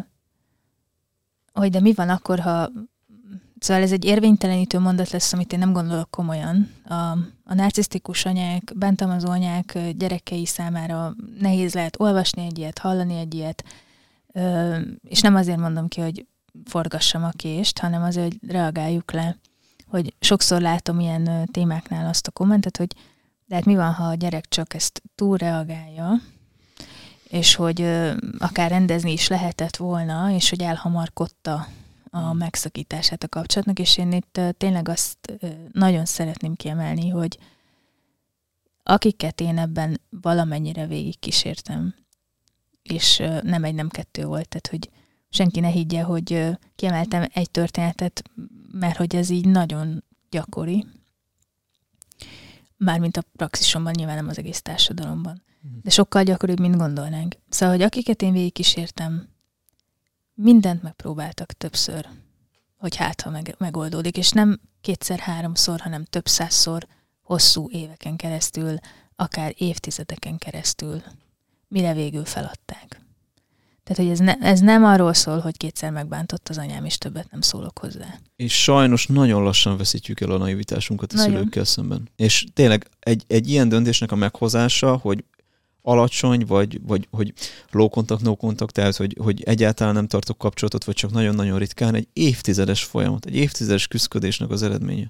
de mi van akkor, ha... Szóval ez egy érvénytelenítő mondat lesz, amit én nem gondolok komolyan. A narcisztikus anyák, bántalmazó anyák gyerekei számára nehéz lehet olvasni egy ilyet, hallani egy ilyet, és nem azért mondom ki, hogy forgassam a kést, hanem azért, hogy reagáljuk le. Hogy sokszor látom ilyen témáknál azt a kommentet, hogy de hát mi van, ha a gyerek csak ezt túlreagálja, és hogy akár rendezni is lehetett volna, és hogy elhamarkodta a megszakítását a kapcsolatnak, és én itt tényleg azt nagyon szeretném kiemelni, hogy akiket én ebben valamennyire végigkísértem, és nem egy, nem kettő volt, tehát hogy senki ne higgye, hogy kiemeltem egy történetet, mert hogy ez így nagyon gyakori. Mármint a praxisomban, nyilván nem az egész társadalomban. De sokkal gyakoribb, mint gondolnánk. Szóval, hogy akiket én végigkísértem, mindent megpróbáltak többször, hogy hát, ha megoldódik. És nem 2-3-szor, hanem több 100-szor, hosszú éveken keresztül, akár évtizedeken keresztül, mire végül feladták. Tehát, hogy ez nem arról szól, hogy 2-szer megbántott az anyám, és többet nem szólok hozzá. És sajnos nagyon lassan veszítjük el a naivitásunkat a szülőkkel szemben. És tényleg egy ilyen döntésnek a meghozása, hogy alacsony, vagy hogy low contact, no contact, tehát hogy egyáltalán nem tartok kapcsolatot, vagy csak nagyon-nagyon ritkán, egy évtizedes folyamat, egy évtizedes küszködésnek az eredménye.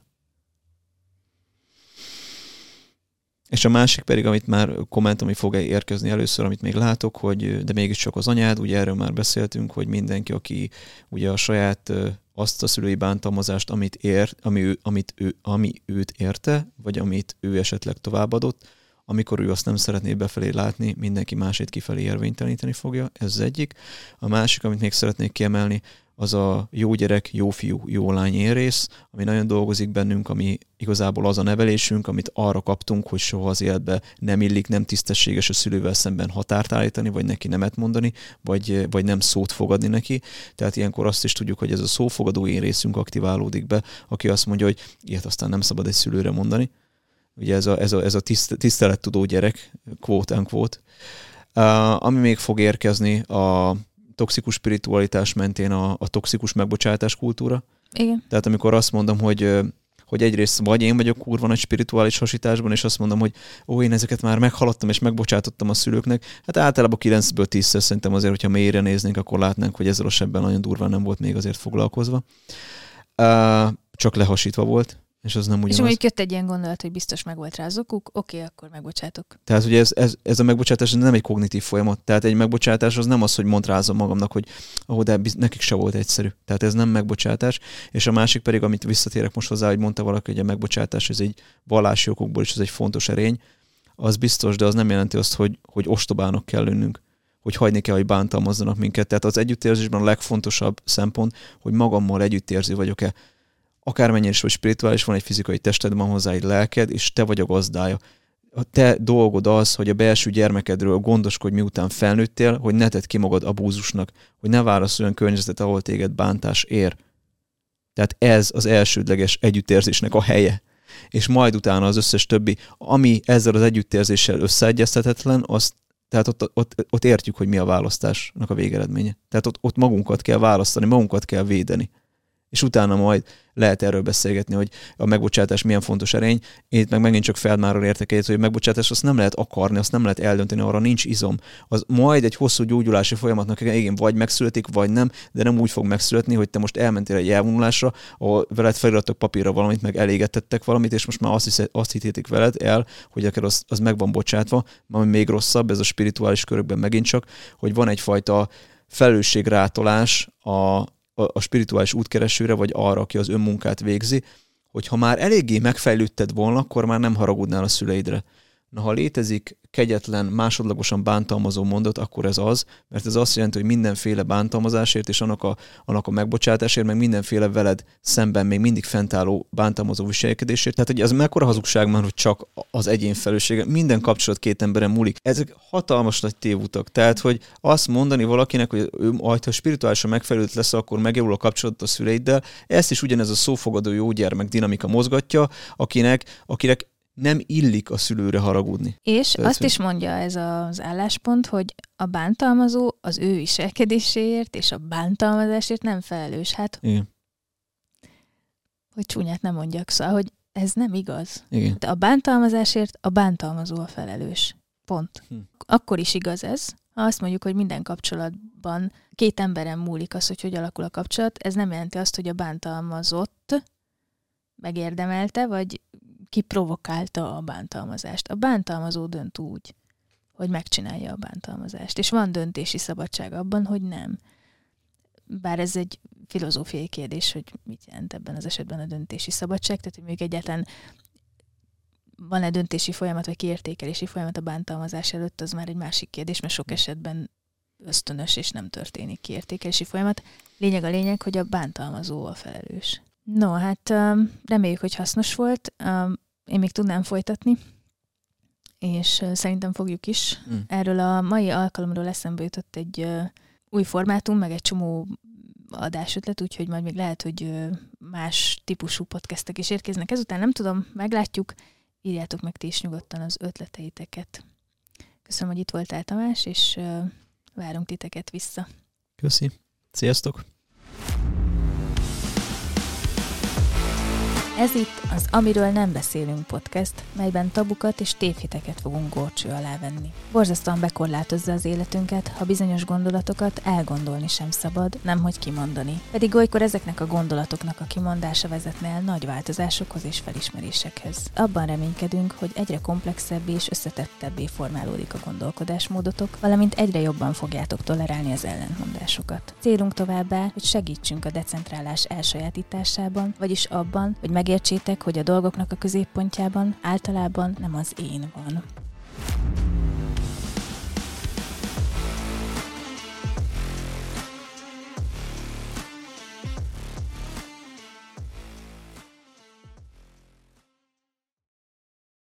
És a másik pedig, amit már komment, ami fog érkezni először, amit még látok, hogy de mégiscsak az anyád, ugye erről már beszéltünk, hogy mindenki, aki ugye a saját azt a szülői bántalmazást, ami őt érte, vagy amit ő esetleg továbbadott, amikor ő azt nem szeretné befelé látni, mindenki másét kifelé érvényteleníteni fogja, ez az egyik. A másik, amit még szeretnék kiemelni, az a jó gyerek, jó fiú, jó lány énrész, ami nagyon dolgozik bennünk, ami igazából az a nevelésünk, amit arra kaptunk, hogy soha az életbe nem illik, nem tisztességes a szülővel szemben határt állítani, vagy neki nemet mondani, vagy nem szót fogadni neki. Tehát ilyenkor azt is tudjuk, hogy ez a szófogadó énrészünk aktiválódik be, aki azt mondja, hogy ilyet aztán nem szabad egy szülőre mondani. Ugye ez a tisztelettudó gyerek, quote unquote. Ami még fog érkezni, a toxikus spiritualitás mentén a toxikus megbocsátás kultúra. Igen. Tehát amikor azt mondom, hogy egyrészt vagy én vagyok kurva nagy spirituális hasításban, és azt mondom, hogy én ezeket már meghaladtam, és megbocsátottam a szülőknek. Hát általában 9-ből 10-szer szerintem azért, hogyha mélyre néznénk, akkor látnánk, hogy ezzel a sebben nagyon durván nem volt még azért foglalkozva. Csak lehasítva volt, és az nem ugyanaz. És mondjuk jött egy ilyen gondolat, hogy biztos meg volt rá az okuk, oké, akkor megbocsátok. Tehát ugye ez a megbocsátás nem egy kognitív folyamat. Tehát egy megbocsátás az nem az, hogy montrázom magamnak, hogy de nekik se volt egyszerű. Tehát ez nem megbocsátás. És a másik pedig, amit visszatérek most hozzá, hogy mondta valaki, hogy a megbocsátás ez egy vallási okokból is ez egy fontos erény, az biztos, de az nem jelenti azt, hogy ostobának kell lennünk, hogy hagyni kell, hogy bántalmazzanak minket. Tehát az együttérzésben a legfontosabb szempont, hogy magammal együttérző vagyok-e. Akármennyire is vagy spirituális, van egy fizikai tested, van hozzá egy lelked, és te vagy a gazdája. A te dolgod az, hogy a belső gyermekedről gondoskodj, miután felnőttél, hogy ne tedd ki magad abúzusnak, hogy ne válasz olyan környezetet, ahol téged bántás ér. Tehát ez az elsődleges együttérzésnek a helye. És majd utána az összes többi, ami ezzel az együttérzéssel összeegyeztethetetlen, tehát ott értjük, hogy mi a választásnak a végeredménye. Tehát ott magunkat kell választani, magunkat kell védeni. És utána majd lehet erről beszélgetni, hogy a megbocsátás milyen fontos erény. Én meg megint csak Feldmárról értek egyet, hogy a megbocsátás azt nem lehet akarni, azt nem lehet eldönteni, arra nincs izom. Az majd egy hosszú gyógyulási folyamatnak igen, vagy megszületik, vagy nem, de nem úgy fog megszületni, hogy te most elmentél egy elvonulásra, ahol veled felirattok papírra valamit, meg elégettettek valamit, és most már azt hitték veled el, hogy akár az meg van bocsátva, ami még rosszabb, ez a spirituális körökben megint csak, hogy van egyfajta felelősségrátolás a spirituális útkeresőre, vagy arra, aki az önmunkát végzi, hogy ha már eléggé megfejlődted volna, akkor már nem haragudnál a szüleidre. Na, ha létezik kegyetlen, másodlagosan bántalmazó mondat, akkor ez az, mert ez azt jelenti, hogy mindenféle bántalmazásért és annak a megbocsátásért, meg mindenféle veled szemben még mindig fentálló bántalmazó viselkedésért. Tehát, hogy ez mekkora hazugság már, hogy csak az egyén felelőssége. Minden kapcsolat két emberen múlik. Ezek hatalmas nagy tévutak. Tehát, hogy azt mondani valakinek, hogy ha spirituálisan megfelelőt lesz, akkor megjavul a kapcsolat a szüleiddel, ezt is ugyanez a szófogadó jó gyermek dinamika mozgatja, akinek nem illik a szülőre haragudni. És tehát, azt is mondja ez az álláspont, hogy a bántalmazó az ő viselkedéséért és a bántalmazásért nem felelős. Hát, igen. Hogy csúnyát nem mondjak, szóval, hogy ez nem igaz. Igen. De a bántalmazásért a bántalmazó a felelős. Pont. Akkor is igaz ez, ha azt mondjuk, hogy minden kapcsolatban két emberen múlik az, hogy alakul a kapcsolat, ez nem jelenti azt, hogy a bántalmazott megérdemelte, vagy ki provokálta a bántalmazást. A bántalmazó dönt úgy, hogy megcsinálja a bántalmazást. És van döntési szabadság abban, hogy nem. Bár ez egy filozófiai kérdés, hogy mit jelent ebben az esetben a döntési szabadság, tehát hogy mondjuk egyáltalán van-e döntési folyamat, vagy kiértékelési folyamat a bántalmazás előtt, az már egy másik kérdés, mert sok esetben ösztönös és nem történik kiértékelési folyamat. A lényeg, hogy a bántalmazó a felelős. No, hát reméljük, hogy hasznos volt. Én még tudnám folytatni, és szerintem fogjuk is. Erről a mai alkalomról eszembe jutott egy új formátum, meg egy csomó adásötlet, úgyhogy majd még lehet, hogy más típusú podcastek is érkeznek. Ezután nem tudom, meglátjuk. Írjátok meg ti is nyugodtan az ötleteiteket. Köszönöm, hogy itt voltál, Tamás, és várunk titeket vissza. Köszi. Sziasztok! Ez itt az Amiről nem beszélünk podcast, melyben tabukat és tévhiteket fogunk górcső alá venni. Borzasztóan bekorlátozza az életünket, ha bizonyos gondolatokat elgondolni sem szabad, nemhogy kimondani. Pedig olykor ezeknek a gondolatoknak a kimondása vezetne el nagy változásokhoz és felismerésekhez. Abban reménykedünk, hogy egyre komplexebbé és összetettebbé formálódik a gondolkodásmódotok, valamint egyre jobban fogjátok tolerálni az ellentmondásokat. Célunk továbbá, hogy segítsünk a decentrálás elsajátításában, vagyis abban, hogy megértsétek, hogy a dolgoknak a középpontjában általában nem az én van.